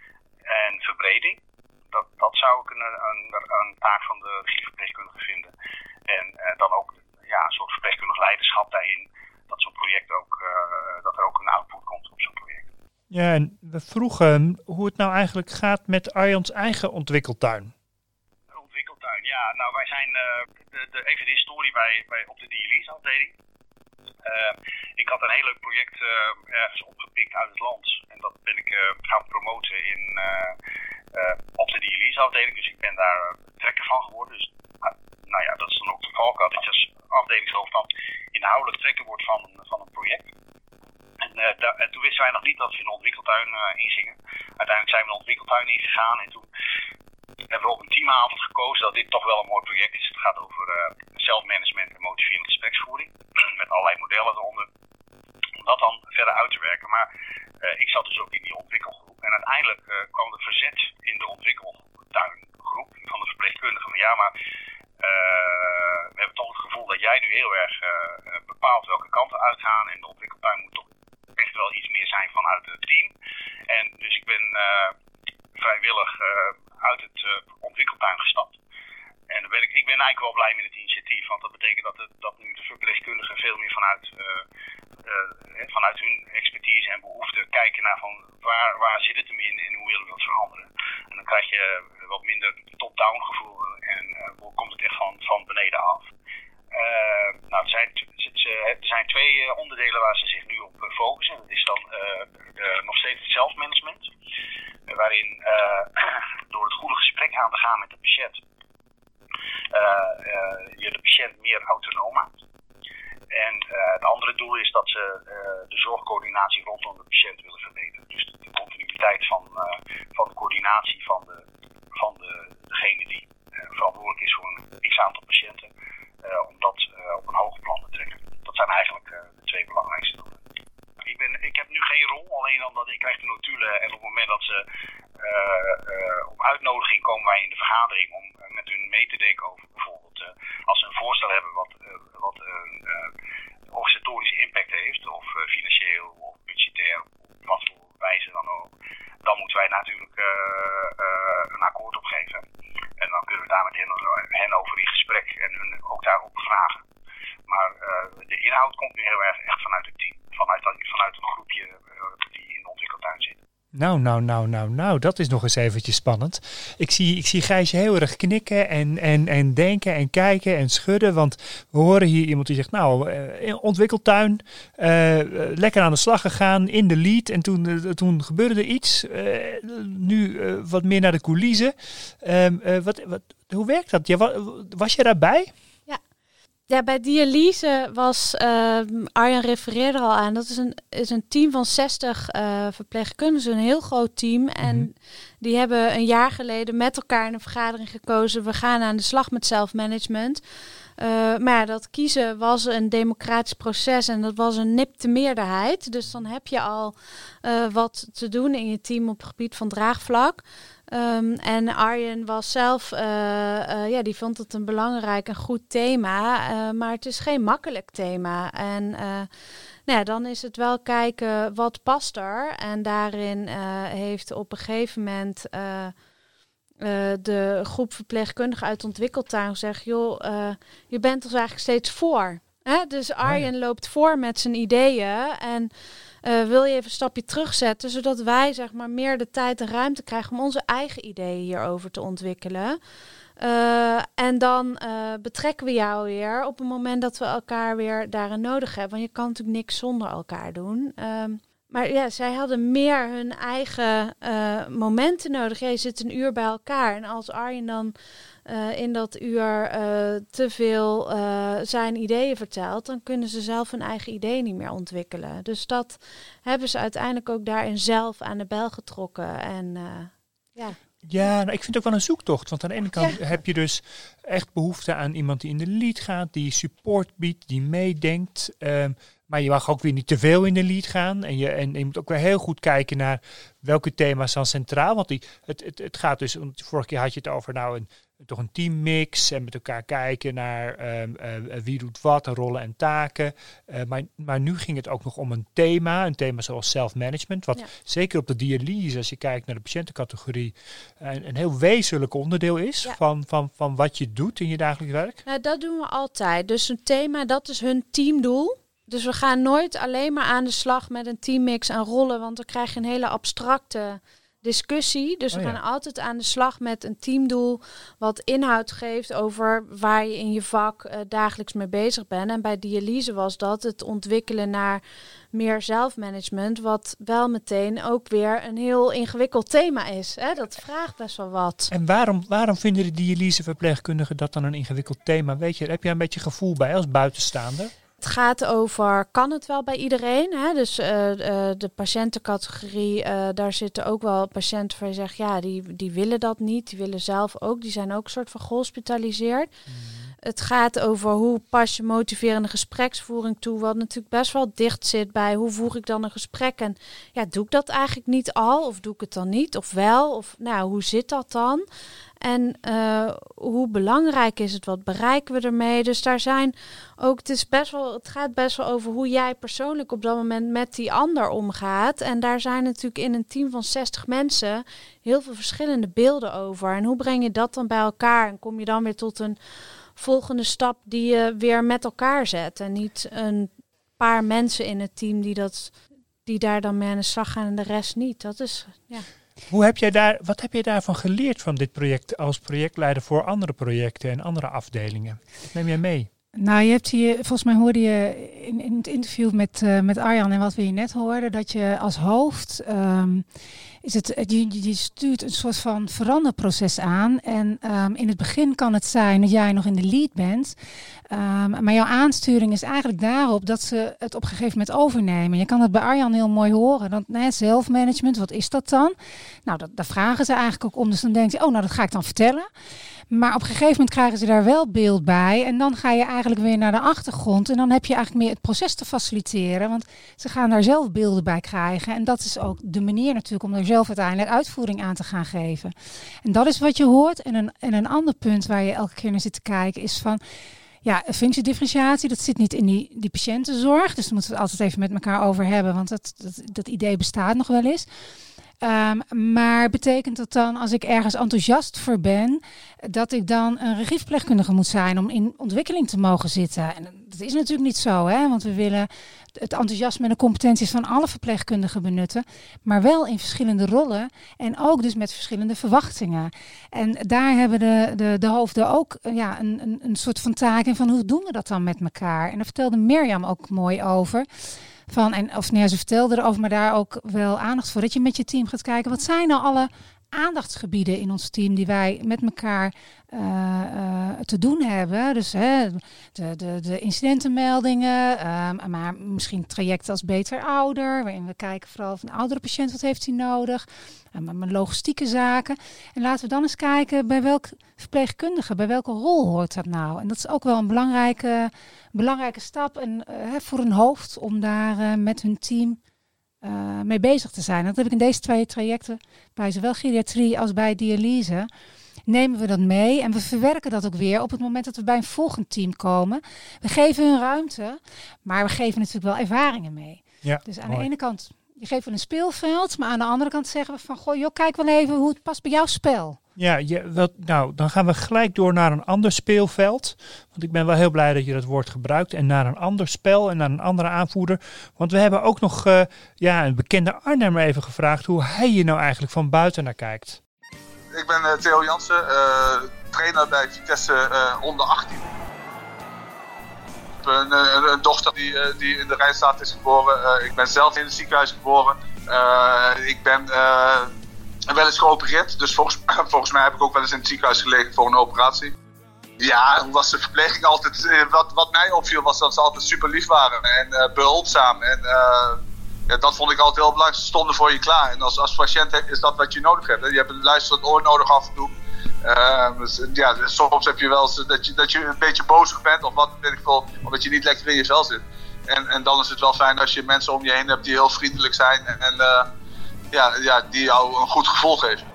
[SPEAKER 8] en verbreding, dat, dat zou ik een, een, een taak van de regieverpleegkundige vinden. En uh, dan ook ja, een soort verpleegkundig leiderschap daarin, dat zo'n project ook, uh, dat er ook een output komt op zo'n project.
[SPEAKER 2] Ja, en we vroegen hoe het nou eigenlijk gaat met Arjan's eigen ontwikkeltuin.
[SPEAKER 8] Ontwikkeltuin, ja. Nou, wij zijn uh, de, de, even de historie bij, bij, op de dialyseafdeling. Uh, ik had een heel leuk project uh, ergens opgepikt uit het land. En dat ben ik uh, gaan promoten in, uh, uh, op de dialyseafdeling. Dus ik ben daar trekker van geworden. Dus uh, nou ja, dat is dan ook de valkuil dat je als afdelingshoofd dan inhoudelijk trekker wordt van, van een project. En, uh, da- en toen wisten wij nog niet dat we in de ontwikkeltuin uh, ingingen. Uiteindelijk zijn we de ontwikkeltuin ingegaan en toen hebben we op een teamavond gekozen dat dit toch wel een mooi project is. Het gaat over uh, zelfmanagement en motiverende gespreksvoering. Met allerlei modellen eronder. Om dat dan verder uit te werken. Maar uh, ik zat dus ook in die ontwikkelgroep. En uiteindelijk uh, kwam er verzet in de ontwikkeltuingroep van de verpleegkundigen. Van ja, maar uh, we hebben toch het gevoel dat jij nu heel erg uh, bepaalt welke kanten uitgaan. En de ontwikkeltuin moet toch echt wel iets meer zijn vanuit het team. En dus ik ben uh, vrijwillig uh, uit het uh, ontwikkeltuin gestapt. En dan ben ik, ik ben eigenlijk wel blij met het initiatief. Want dat betekent dat, het, dat nu de verpleegkundigen veel meer vanuit, uh, uh, vanuit hun expertise en behoeften kijken naar van waar, waar zit het hem in en hoe willen we dat veranderen. En dan krijg je wat minder top-down gevoel en uh, komt het echt van, van beneden af. Uh, nou, er zijn, er zijn twee onderdelen waar ze zich nu op focussen. Dat is dan uh, de, nog steeds het zelfmanagement. Uh, waarin uh, door het goede gesprek aan te gaan met de patiënt Uh, uh, je de patiënt meer autonoom maakt. En uh, het andere doel is dat ze uh, de zorgcoördinatie rondom de patiënt willen verbeteren. Dus de, de continuïteit van, uh, van de coördinatie van, de, van de, degene die uh, verantwoordelijk is voor een x-aantal patiënten, uh, om dat uh, op een hoger plan te trekken. Dat zijn eigenlijk uh, de twee belangrijkste doelen. Ik, ben, ik heb nu geen rol, alleen omdat ik krijg de notulen en op het moment dat ze uh, uh, op uitnodiging komen wij in de vergadering om uh, met hun mee te denken over bijvoorbeeld uh, als ze een voorstel hebben wat, uh, wat een uh, organisatorische impact heeft of uh, financieel of budgetair op wat voor wijze dan ook, dan moeten wij natuurlijk uh, uh, een akkoord opgeven. En dan kunnen we daar met hen, hen over in gesprek en hun ook daarop vragen. Maar uh, de inhoud komt nu heel erg echt vanuit het team. Vanuit, vanuit een groepje uh, die in de ontwikkeltuin zit.
[SPEAKER 2] Nou, nou, nou, nou, nou, dat is nog eens eventjes spannend. Ik zie, ik zie Gijsje heel erg knikken en, en, en denken en kijken en schudden. Want we horen hier iemand die zegt, nou, uh, ontwikkeltuin, uh, lekker aan de slag gegaan, in de lead. En toen, uh, toen gebeurde er iets. Uh, nu uh, wat meer naar de coulissen. Uh, uh, wat, wat, hoe werkt dat? Ja, wa- was je daarbij?
[SPEAKER 4] Ja, bij dialyse was, uh, Arjan refereerde er al aan, dat is een, is een team van zestig uh, verpleegkundigen, een heel groot team. En mm-hmm. die hebben een jaar geleden met elkaar in een vergadering gekozen, we gaan aan de slag met zelfmanagement. Uh, maar ja, dat kiezen was een democratisch proces en dat was een nipte meerderheid. Dus dan heb je al uh, wat te doen in je team op het gebied van draagvlak. Um, en Arjen was zelf, uh, uh, ja, die vond het een belangrijk en goed thema, uh, maar het is geen makkelijk thema. En uh, nou ja, dan is het wel kijken wat past er. En daarin uh, heeft op een gegeven moment uh, uh, de groep verpleegkundigen uit de ontwikkeltuin gezegd, joh, uh, je bent ons eigenlijk steeds voor. Hè? Dus Arjen oh ja. loopt voor met zijn ideeën en Uh, wil je even een stapje terugzetten, zodat wij zeg maar meer de tijd en ruimte krijgen om onze eigen ideeën hierover te ontwikkelen. Uh, en dan uh, betrekken we jou weer op het moment dat we elkaar weer daarin nodig hebben. Want je kan natuurlijk niks zonder elkaar doen. Um, maar ja, zij hadden meer hun eigen uh, momenten nodig. Ja, je zit een uur bij elkaar en als Arjen dan Uh, in dat uur uh, te veel uh, zijn ideeën vertelt, dan kunnen ze zelf hun eigen ideeën niet meer ontwikkelen. Dus dat hebben ze uiteindelijk ook daarin zelf aan de bel getrokken. En uh, ja.
[SPEAKER 2] Ja, nou, ik vind het ook wel een zoektocht. Want aan de ene kant
[SPEAKER 4] Ja.
[SPEAKER 2] heb je dus echt behoefte aan iemand die in de lead gaat, die support biedt, die meedenkt. Um, maar je mag ook weer niet te veel in de lead gaan. En je, en je moet ook weer heel goed kijken naar welke thema's staan centraal. Want die, het, het, het gaat dus, want vorige keer had je het over nou een, toch een teammix en met elkaar kijken naar um, uh, wie doet wat, rollen en taken. Uh, maar, maar nu ging het ook nog om een thema, een thema zoals self-management. Wat
[SPEAKER 4] Ja.
[SPEAKER 2] zeker op de dialyse, als je kijkt naar de patiëntencategorie, een, een heel wezenlijk onderdeel is
[SPEAKER 4] Ja.
[SPEAKER 2] van, van, van wat je doet in je dagelijks werk.
[SPEAKER 4] Nou, dat doen we altijd. Dus een thema, dat is hun teamdoel. Dus we gaan nooit alleen maar aan de slag met een teammix en rollen, want dan krijg je een hele abstracte discussie. Dus
[SPEAKER 2] Oh
[SPEAKER 4] we
[SPEAKER 2] ja.
[SPEAKER 4] gaan altijd aan de slag met een teamdoel wat inhoud geeft over waar je in je vak uh, dagelijks mee bezig bent. En bij dialyse was dat het ontwikkelen naar meer zelfmanagement, wat wel meteen ook weer een heel ingewikkeld thema is. Hè? Dat vraagt best wel wat.
[SPEAKER 2] En waarom, waarom vinden de dialyseverpleegkundigen dat dan een ingewikkeld thema? Weet je, heb je een beetje gevoel bij als buitenstaander?
[SPEAKER 4] Het gaat over, kan het wel bij iedereen? Hè? Dus uh, uh, de patiëntencategorie, uh, daar zitten ook wel patiënten waar je zegt, ja, die, die willen dat niet. Die willen zelf ook, die zijn ook een soort van gehospitaliseerd. Mm. Het gaat over hoe pas je motiverende gespreksvoering toe, wat natuurlijk best wel dicht zit bij hoe voer ik dan een gesprek. En ja, doe ik dat eigenlijk niet al? Of doe ik het dan niet? Of wel? Of nou, hoe zit dat dan? En uh, hoe belangrijk is het? Wat bereiken we ermee? Dus daar zijn ook, het is best wel, het gaat best wel over hoe jij persoonlijk op dat moment met die ander omgaat. En daar zijn natuurlijk in een team van zestig mensen heel veel verschillende beelden over. En hoe breng je dat dan bij elkaar? En kom je dan weer tot een volgende stap die je weer met elkaar zet. En niet een paar mensen in het team die, dat, die daar dan mee aan de slag gaan en de rest niet. Dat is, ja.
[SPEAKER 2] Hoe heb jij daar, wat heb je daarvan geleerd van dit project als projectleider voor andere projecten en andere afdelingen? Wat neem jij mee?
[SPEAKER 3] Nou, je hebt hier, volgens mij hoorde je in, in het interview met, uh, met Arjan en wat we hier net hoorden, dat je als hoofd, um, is het, je, je stuurt een soort van veranderproces aan. En um, in het begin kan het zijn dat jij nog in de lead bent. Um, maar jouw aansturing is eigenlijk daarop dat ze het op een gegeven moment overnemen. Je kan het bij Arjan heel mooi horen. Dat, nee, zelfmanagement, wat is dat dan? Nou, dat, daar vragen ze eigenlijk ook om. Dus dan denkt je, oh, nou, dat ga ik dan vertellen. Maar op een gegeven moment krijgen ze daar wel beeld bij. En dan ga je eigenlijk weer naar de achtergrond. En dan heb je eigenlijk meer het proces te faciliteren. Want ze gaan daar zelf beelden bij krijgen. En dat is ook de manier natuurlijk om er zelf uiteindelijk uitvoering aan te gaan geven. En dat is wat je hoort. En een, en een ander punt waar je elke keer naar zit te kijken is van, ja, functiedifferentiatie, dat zit niet in die, die patiëntenzorg. Dus daar moeten we het altijd even met elkaar over hebben. Want dat, dat, dat idee bestaat nog wel eens. Um, maar betekent dat dan, als ik ergens enthousiast voor ben, dat ik dan een regieverpleegkundige moet zijn om in ontwikkeling te mogen zitten? En dat is natuurlijk niet zo, hè? Want we willen het enthousiasme en de competenties van alle verpleegkundigen benutten, maar wel in verschillende rollen en ook dus met verschillende verwachtingen. En daar hebben de, de, de hoofden ook ja, een, een, een soort van taak in van hoe doen we dat dan met elkaar? En daar vertelde Mirjam ook mooi over. Van, en, of nee, ze vertelde erover, maar daar ook wel aandacht voor. Dat je met je team gaat kijken, wat zijn nou alle aandachtsgebieden in ons team die wij met elkaar uh, uh, te doen hebben. Dus hè, de, de, de incidentenmeldingen, uh, maar misschien trajecten als Beter Ouder, waarin we kijken vooral van een oudere patiënt, wat heeft hij nodig? Uh, maar logistieke zaken. En laten we dan eens kijken bij welk verpleegkundige, bij welke rol hoort dat nou? En dat is ook wel een belangrijke, belangrijke stap en, uh, voor een hoofd om daar uh, met hun team Uh, mee bezig te zijn. Dat heb ik in deze twee trajecten, bij zowel geriatrie als bij dialyse, nemen we dat mee en we verwerken dat ook weer op het moment dat we bij een volgend team komen. We geven hun ruimte, maar we geven natuurlijk wel ervaringen mee.
[SPEAKER 2] Ja,
[SPEAKER 3] dus aan
[SPEAKER 2] mooi.
[SPEAKER 3] de ene kant, je geeft wel een speelveld, maar aan de andere kant zeggen we van, goh, joh, kijk wel even hoe het past bij jouw spel.
[SPEAKER 2] Ja, je, wat, nou, dan gaan we gelijk door naar een ander speelveld. Want ik ben wel heel blij dat je dat woord gebruikt. En naar een ander spel en naar een andere aanvoerder. Want we hebben ook nog uh, ja, een bekende Arnhemmer even gevraagd hoe hij hier nou eigenlijk van buiten naar kijkt.
[SPEAKER 9] Ik ben uh, Theo Jansen, uh, trainer bij Vitesse uh, onder achttien. Ik heb een, een, een dochter die, uh, die in de Rijnstaat is geboren. Uh, ik ben zelf in het ziekenhuis geboren. Uh, ik ben uh, wel eens geopereerd, dus volgens, volgens mij heb ik ook wel eens in het ziekenhuis gelegen voor een operatie. Ja, was de verpleging altijd, wat, wat mij opviel was dat ze altijd super lief waren en uh, behulpzaam. En uh, Ja, dat vond ik altijd heel belangrijk. Ze stonden voor je klaar. En als, als patiënt is dat wat je nodig hebt. Hè? Je hebt een luisterend oor nodig af en toe. Uh, dus, ja, soms heb je wel eens dat je, dat je een beetje bozig bent. Of wat weet ik veel. Omdat je niet lekker in je vel zit. En, en dan is het wel fijn als je mensen om je heen hebt die heel vriendelijk zijn. En, en uh, ja, ja, die jou een goed gevoel geven.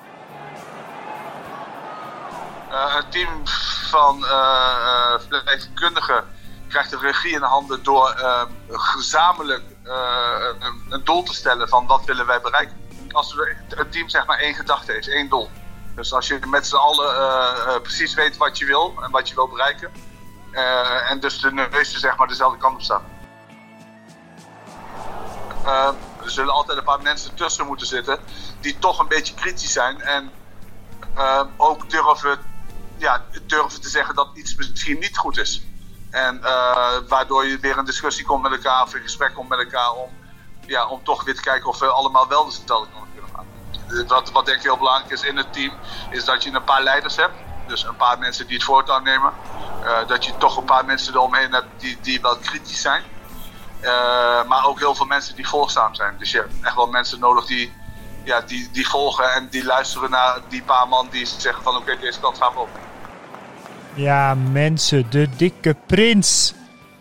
[SPEAKER 9] Uh, een team van uh, verpleegkundigen krijgt de regie in de handen door uh, gezamenlijk uh, een, een doel te stellen van wat willen wij bereiken. Als het team zeg maar één gedachte heeft, één doel. Dus als je met z'n allen uh, uh, precies weet wat je wil en wat je wil bereiken. Uh, en dus de neuzen zeg maar dezelfde kant op staan. Uh, er zullen altijd een paar mensen tussen moeten zitten die toch een beetje kritisch zijn. En uh, ook durven, ja, durven te zeggen dat iets misschien niet goed is. En uh, waardoor je weer in discussie komt met elkaar of in gesprek komt met elkaar om, ja, om toch weer te kijken of we allemaal wel dezelfde kant op kunnen gaan. Wat, wat denk ik heel belangrijk is in het team, is dat je een paar leiders hebt. Dus een paar mensen die het voortouw nemen. Uh, dat je toch een paar mensen eromheen hebt die, die wel kritisch zijn. Uh, maar ook heel veel mensen die volgzaam zijn. Dus je hebt echt wel mensen nodig die, ja, die, die volgen en die luisteren naar die paar man die zeggen van oké, okay, deze kant gaan we op.
[SPEAKER 2] Ja, mensen, de Dikke Prins.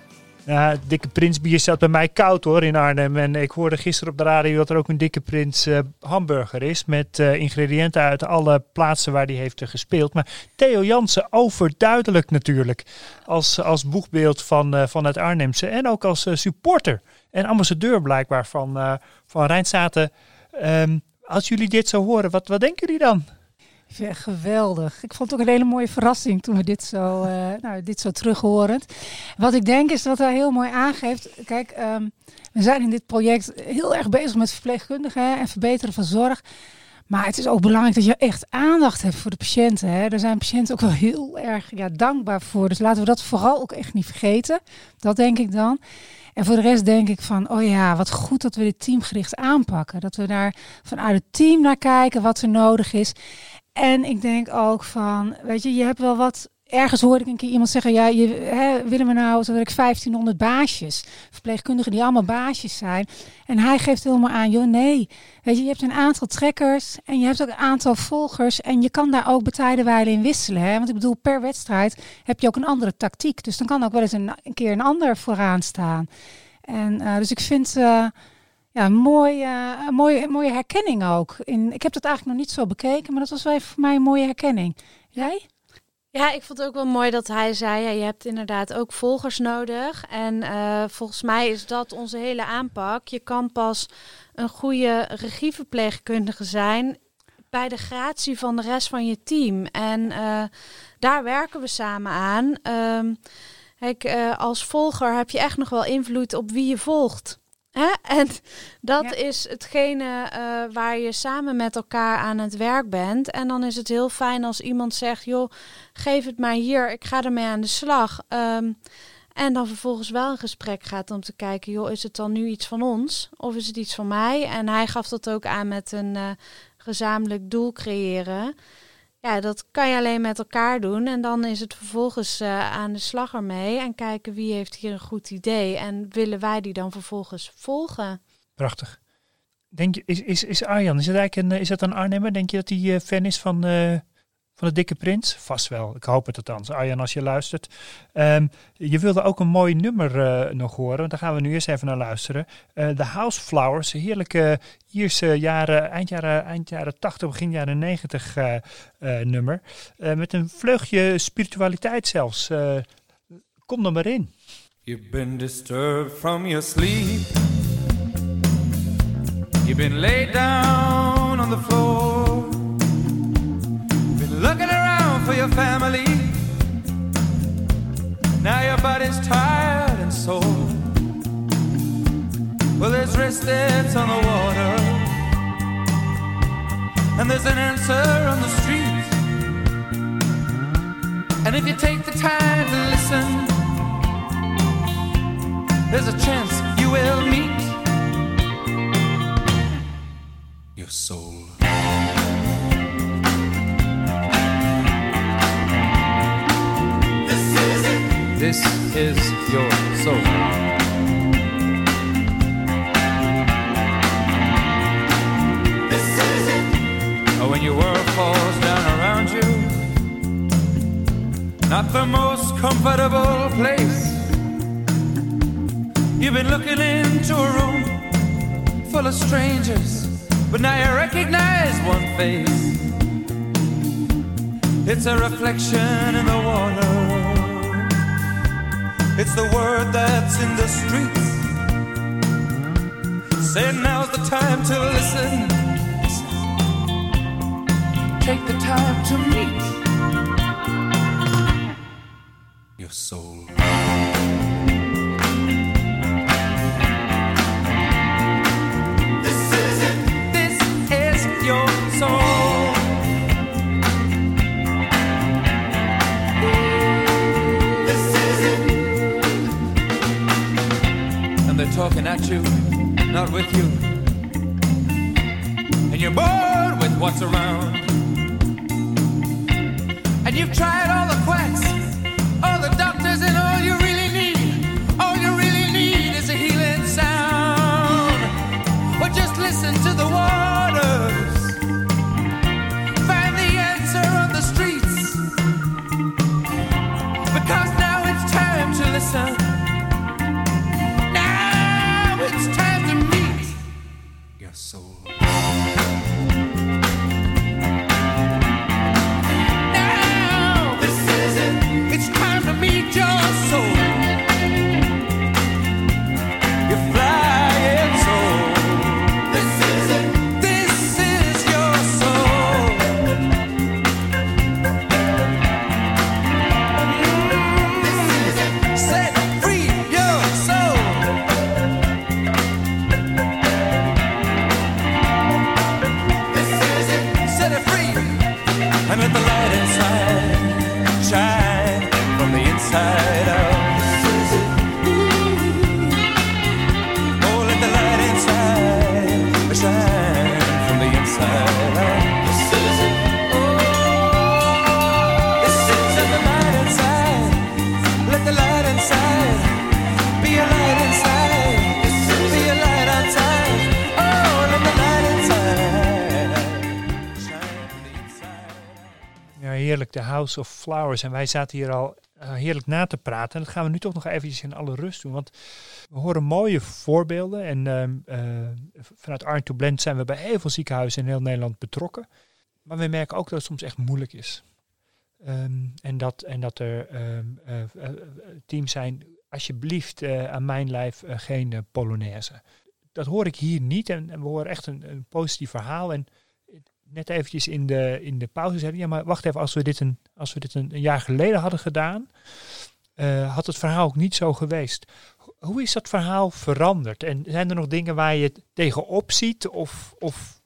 [SPEAKER 2] Ja, het Dikke Prins bier staat bij mij koud hoor in Arnhem. En ik hoorde gisteren op de radio dat er ook een Dikke Prins uh, hamburger is. Met uh, ingrediënten uit alle plaatsen waar hij heeft uh, gespeeld. Maar Theo Jansen overduidelijk natuurlijk. Als, als boegbeeld van, uh, van het Arnhemse. En ook als uh, supporter en ambassadeur blijkbaar van, uh, van Rijnstaten. Um, als jullie dit zo horen, wat, wat denken jullie dan?
[SPEAKER 3] Ja, geweldig. Ik vond het ook een hele mooie verrassing toen we dit zo, uh, nou, dit zo terughorend. Wat ik denk is dat hij heel mooi aangeeft. Kijk, um, we zijn in dit project heel erg bezig met verpleegkundigen hè, en verbeteren van zorg. Maar het is ook belangrijk dat je echt aandacht hebt voor de patiënten. Hè. Daar zijn patiënten ook wel heel erg ja, dankbaar voor. Dus laten we dat vooral ook echt niet vergeten. Dat denk ik dan. En voor de rest denk ik van, oh ja, wat goed dat we dit teamgericht aanpakken. Dat we daar vanuit het team naar kijken wat er nodig is. En ik denk ook van, weet je, je hebt wel wat... Ergens hoorde ik een keer iemand zeggen, ja, je, hè, willen we nou, zo ik vijftienhonderd baasjes. Verpleegkundigen die allemaal baasjes zijn. En hij geeft helemaal aan, joh, nee. Weet je, je hebt een aantal trekkers en je hebt ook een aantal volgers. En je kan daar ook bij tijdenwijle in wisselen. Hè? Want ik bedoel, per wedstrijd heb je ook een andere tactiek. Dus dan kan ook wel eens een, een keer een ander vooraan staan. En uh, dus ik vind... Uh, Ja, een mooie, uh, mooie, mooie herkenning ook. In, ik heb dat eigenlijk nog niet zo bekeken, maar dat was wel even voor mij een mooie herkenning. Jij?
[SPEAKER 4] Ja, ik vond het ook wel mooi dat hij zei, ja, je hebt inderdaad ook volgers nodig. En uh, volgens mij is dat onze hele aanpak. Je kan pas een goede regieverpleegkundige zijn bij de gratie van de rest van je team. En uh, daar werken we samen aan. Um, kijk, uh, als volger heb je echt nog wel invloed op wie je volgt. Hè? En dat ja. is hetgene uh, waar je samen met elkaar aan het werk bent. En dan is het heel fijn als iemand zegt, joh, geef het maar hier, ik ga ermee aan de slag. Um, en dan vervolgens wel een gesprek gaat om te kijken, joh, is het dan nu iets van ons of is het iets van mij? En hij gaf dat ook aan met een uh, gezamenlijk doel creëren. Ja, dat kan je alleen met elkaar doen. En dan is het vervolgens uh, aan de slag ermee. En kijken wie heeft hier een goed idee. En willen wij die dan vervolgens volgen.
[SPEAKER 2] Prachtig. Denk je, is, is, is Arjan, is dat eigenlijk een, is dat een Arnhemmer? Denk je dat hij uh, fan is van, uh, van de Dikke Prins? Vast wel. Ik hoop het althans. Arjan, als je luistert. Um, je wilde ook een mooi nummer uh, nog horen. Daar gaan we nu eerst even naar luisteren. Uh, The House Flowers. Een heerlijke Ierse jaren, eind jaren, eind jaren tachtig, begin jaren negentig uh, uh, nummer. Uh, met een vleugje spiritualiteit zelfs. Uh, kom er maar in.
[SPEAKER 7] You've been disturbed from your sleep. You've been laid down on the floor. You've been looking around for your family. Now your body's tired and sore. Well, there's rest that's on the water, and there's an answer on the street. And if you take the time to listen, there's a chance you will meet your soul. This is it. This is your soul. not the most comfortable place. You've been looking into a room full of strangers, but now you recognize one face. It's a reflection in the water. It's the word that's in the streets. Say now's the time to listen. Take the time to meet your soul. This is it. This is your soul. This is it. And they're talking at you, not with you. And you're bored with what's around. And you've tried all the quacks, all the doctors, and all you really need, all you really need is a healing sound. Or just listen to the waters, find the answer on the streets. Because now it's time to listen. Now it's time to meet your soul. Meet your soul, your flying soul. This is it. This is your soul. This is it. Set free your soul. This is it. Set it free and let the light inside shine. From the inside out. Oh, let the light inside shine from the inside out. This is it. Oh, this is let the light inside. Let the light inside. Be a light inside. Be a light outside. Oh, let the light inside shine from the inside.
[SPEAKER 2] Ja, heerlijk, The House of Flowers. En wij zaten hier al Uh, heerlijk na te praten. En dat gaan we nu toch nog eventjes in alle rust doen. Want we horen mooie voorbeelden. En uh, uh, vanuit Iron to Blend zijn we bij heel veel ziekenhuizen in heel Nederland betrokken. Maar we merken ook dat het soms echt moeilijk is. Um, en, dat, en dat er um, uh, uh, teams zijn, alsjeblieft uh, aan mijn lijf uh, geen uh, Polonaise. Dat hoor ik hier niet. En, en we horen echt een, een positief verhaal. En net eventjes in de, in de pauze zeiden, ja, maar wacht even, als we dit een, als we dit een, een jaar geleden hadden gedaan, uh, had het verhaal ook niet zo geweest. Hoe is dat verhaal veranderd? En zijn er nog dingen waar je het tegenop ziet? Of, of...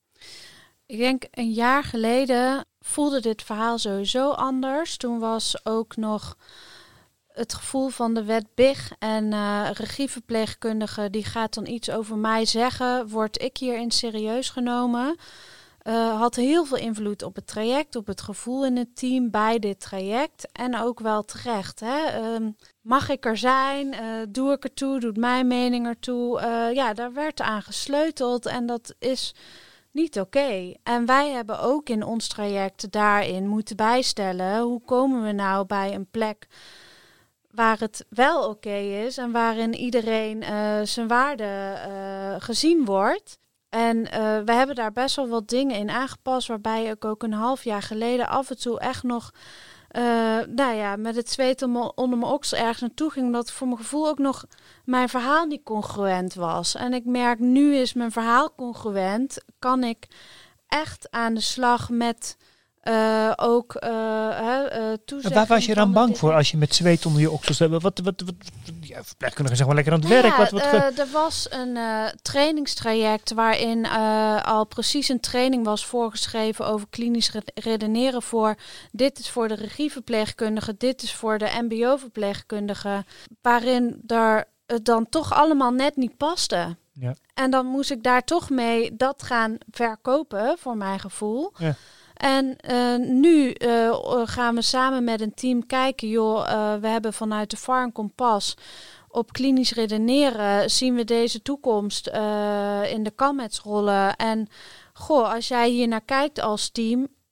[SPEAKER 4] Ik denk een jaar geleden voelde dit verhaal sowieso anders. Toen was ook nog het gevoel van de wet B I G en uh, regieverpleegkundige, die gaat dan iets over mij zeggen. Word ik hierin serieus genomen? Uh, had heel veel invloed op het traject, op het gevoel in het team bij dit traject. En ook wel terecht. Hè? Uh, mag ik er zijn? Uh, doe ik ertoe? Doet mijn mening ertoe? Uh, ja, daar werd aan gesleuteld en dat is niet oké. Okay. En wij hebben ook in ons traject daarin moeten bijstellen. Hoe komen we nou bij een plek waar het wel oké okay is en waarin iedereen uh, zijn waarde uh, gezien wordt. En uh, we hebben daar best wel wat dingen in aangepast, waarbij ik ook een half jaar geleden af en toe echt nog uh, nou ja, met het zweet onder mijn oksel ergens naartoe ging, omdat voor mijn gevoel ook nog mijn verhaal niet congruent was. En ik merk, nu is mijn verhaal congruent, kan ik echt aan de slag met Uh, ook uh, uh, toezegging.
[SPEAKER 2] Waar was je dan bang de... voor als je met zweet onder je oksels hebt? Wat, wat, wat, wat, ja, verpleegkundigen zijn gewoon lekker aan het werk.
[SPEAKER 4] Ja,
[SPEAKER 2] wat, wat ge...
[SPEAKER 4] uh, er was een uh, trainingstraject waarin uh, al precies een training was voorgeschreven over klinisch redeneren voor dit is voor de regieverpleegkundige, dit is voor de M B O-verpleegkundige, waarin er het dan toch allemaal net niet paste.
[SPEAKER 2] Ja.
[SPEAKER 4] En dan moest ik daar toch mee dat gaan verkopen, voor mijn gevoel.
[SPEAKER 2] Ja.
[SPEAKER 4] En uh, nu uh, gaan we samen met een team kijken, joh, uh, we hebben vanuit de V A R een kompas op klinisch redeneren, zien we deze toekomst uh, in de CalMeds rollen. En goh, als jij hier naar kijkt als team,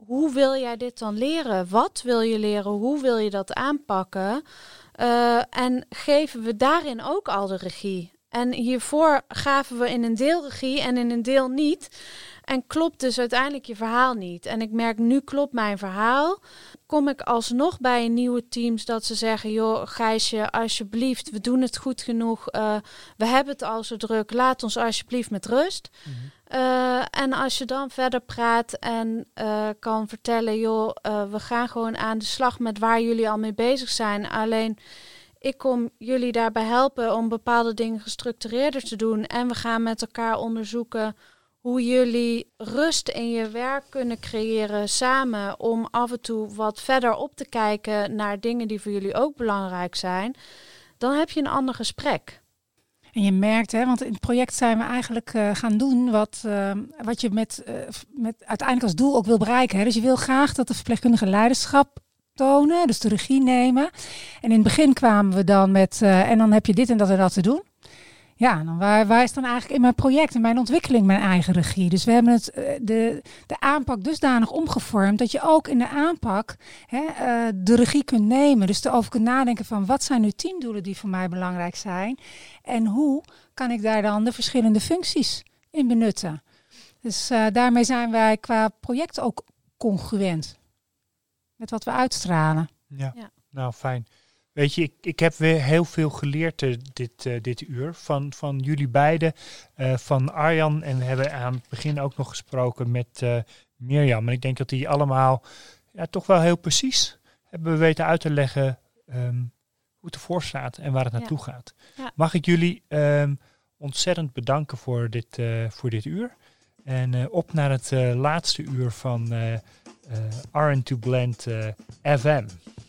[SPEAKER 4] hoe wil jij dit dan leren? Wat wil je leren? Hoe wil je dat aanpakken? Uh, en geven we daarin ook al de regie? En hiervoor gaven we in een deel regie en in een deel niet. En klopt dus uiteindelijk je verhaal niet. En ik merk, nu klopt mijn verhaal. Kom ik alsnog bij nieuwe teams dat ze zeggen... joh, Gijsje, alsjeblieft, we doen het goed genoeg. Uh, we hebben het al zo druk. Laat ons alsjeblieft met rust. Mm-hmm. Uh, en als je dan verder praat en uh, kan vertellen... joh, uh, we gaan gewoon aan de slag met waar jullie al mee bezig zijn. Alleen... ik kom jullie daarbij helpen om bepaalde dingen gestructureerder te doen. En we gaan met elkaar onderzoeken hoe jullie rust in je werk kunnen creëren samen. Om af en toe wat verder op te kijken naar dingen die voor jullie ook belangrijk zijn. Dan heb je een ander gesprek.
[SPEAKER 3] En je merkt, hè, want in het project zijn we eigenlijk uh, gaan doen wat, uh, wat je met, uh, met uiteindelijk als doel ook wil bereiken. Hè. Dus je wil graag dat de verpleegkundige leiderschap tonen, dus de regie nemen. En in het begin kwamen we dan met, uh, en dan heb je dit en dat en dat te doen. Ja, dan waar, waar is dan eigenlijk in mijn project, in mijn ontwikkeling, mijn eigen regie? Dus we hebben het, uh, de, de aanpak dusdanig omgevormd dat je ook in de aanpak hè, uh, de regie kunt nemen. Dus erover kunt nadenken van wat zijn nu teamdoelen die voor mij belangrijk zijn? En hoe kan ik daar dan de verschillende functies in benutten? Dus uh, daarmee zijn wij qua project ook congruent. Met wat we uitstralen.
[SPEAKER 2] Ja,
[SPEAKER 4] ja.
[SPEAKER 2] Nou fijn. Weet je, ik, ik heb weer heel veel geleerd uh, dit, uh, dit uur van, van jullie beiden, uh, van Arjan. En we hebben aan het begin ook nog gesproken met uh, Mirjam. En ik denk dat die allemaal ja, toch wel heel precies hebben weten uit te leggen um, hoe het ervoor staat en waar het naartoe ja. gaat. Ja. Mag ik jullie um, ontzettend bedanken voor dit, uh, voor dit uur. En uh, op naar het uh, laatste uur van uh, uh, R N two Blend uh, F M.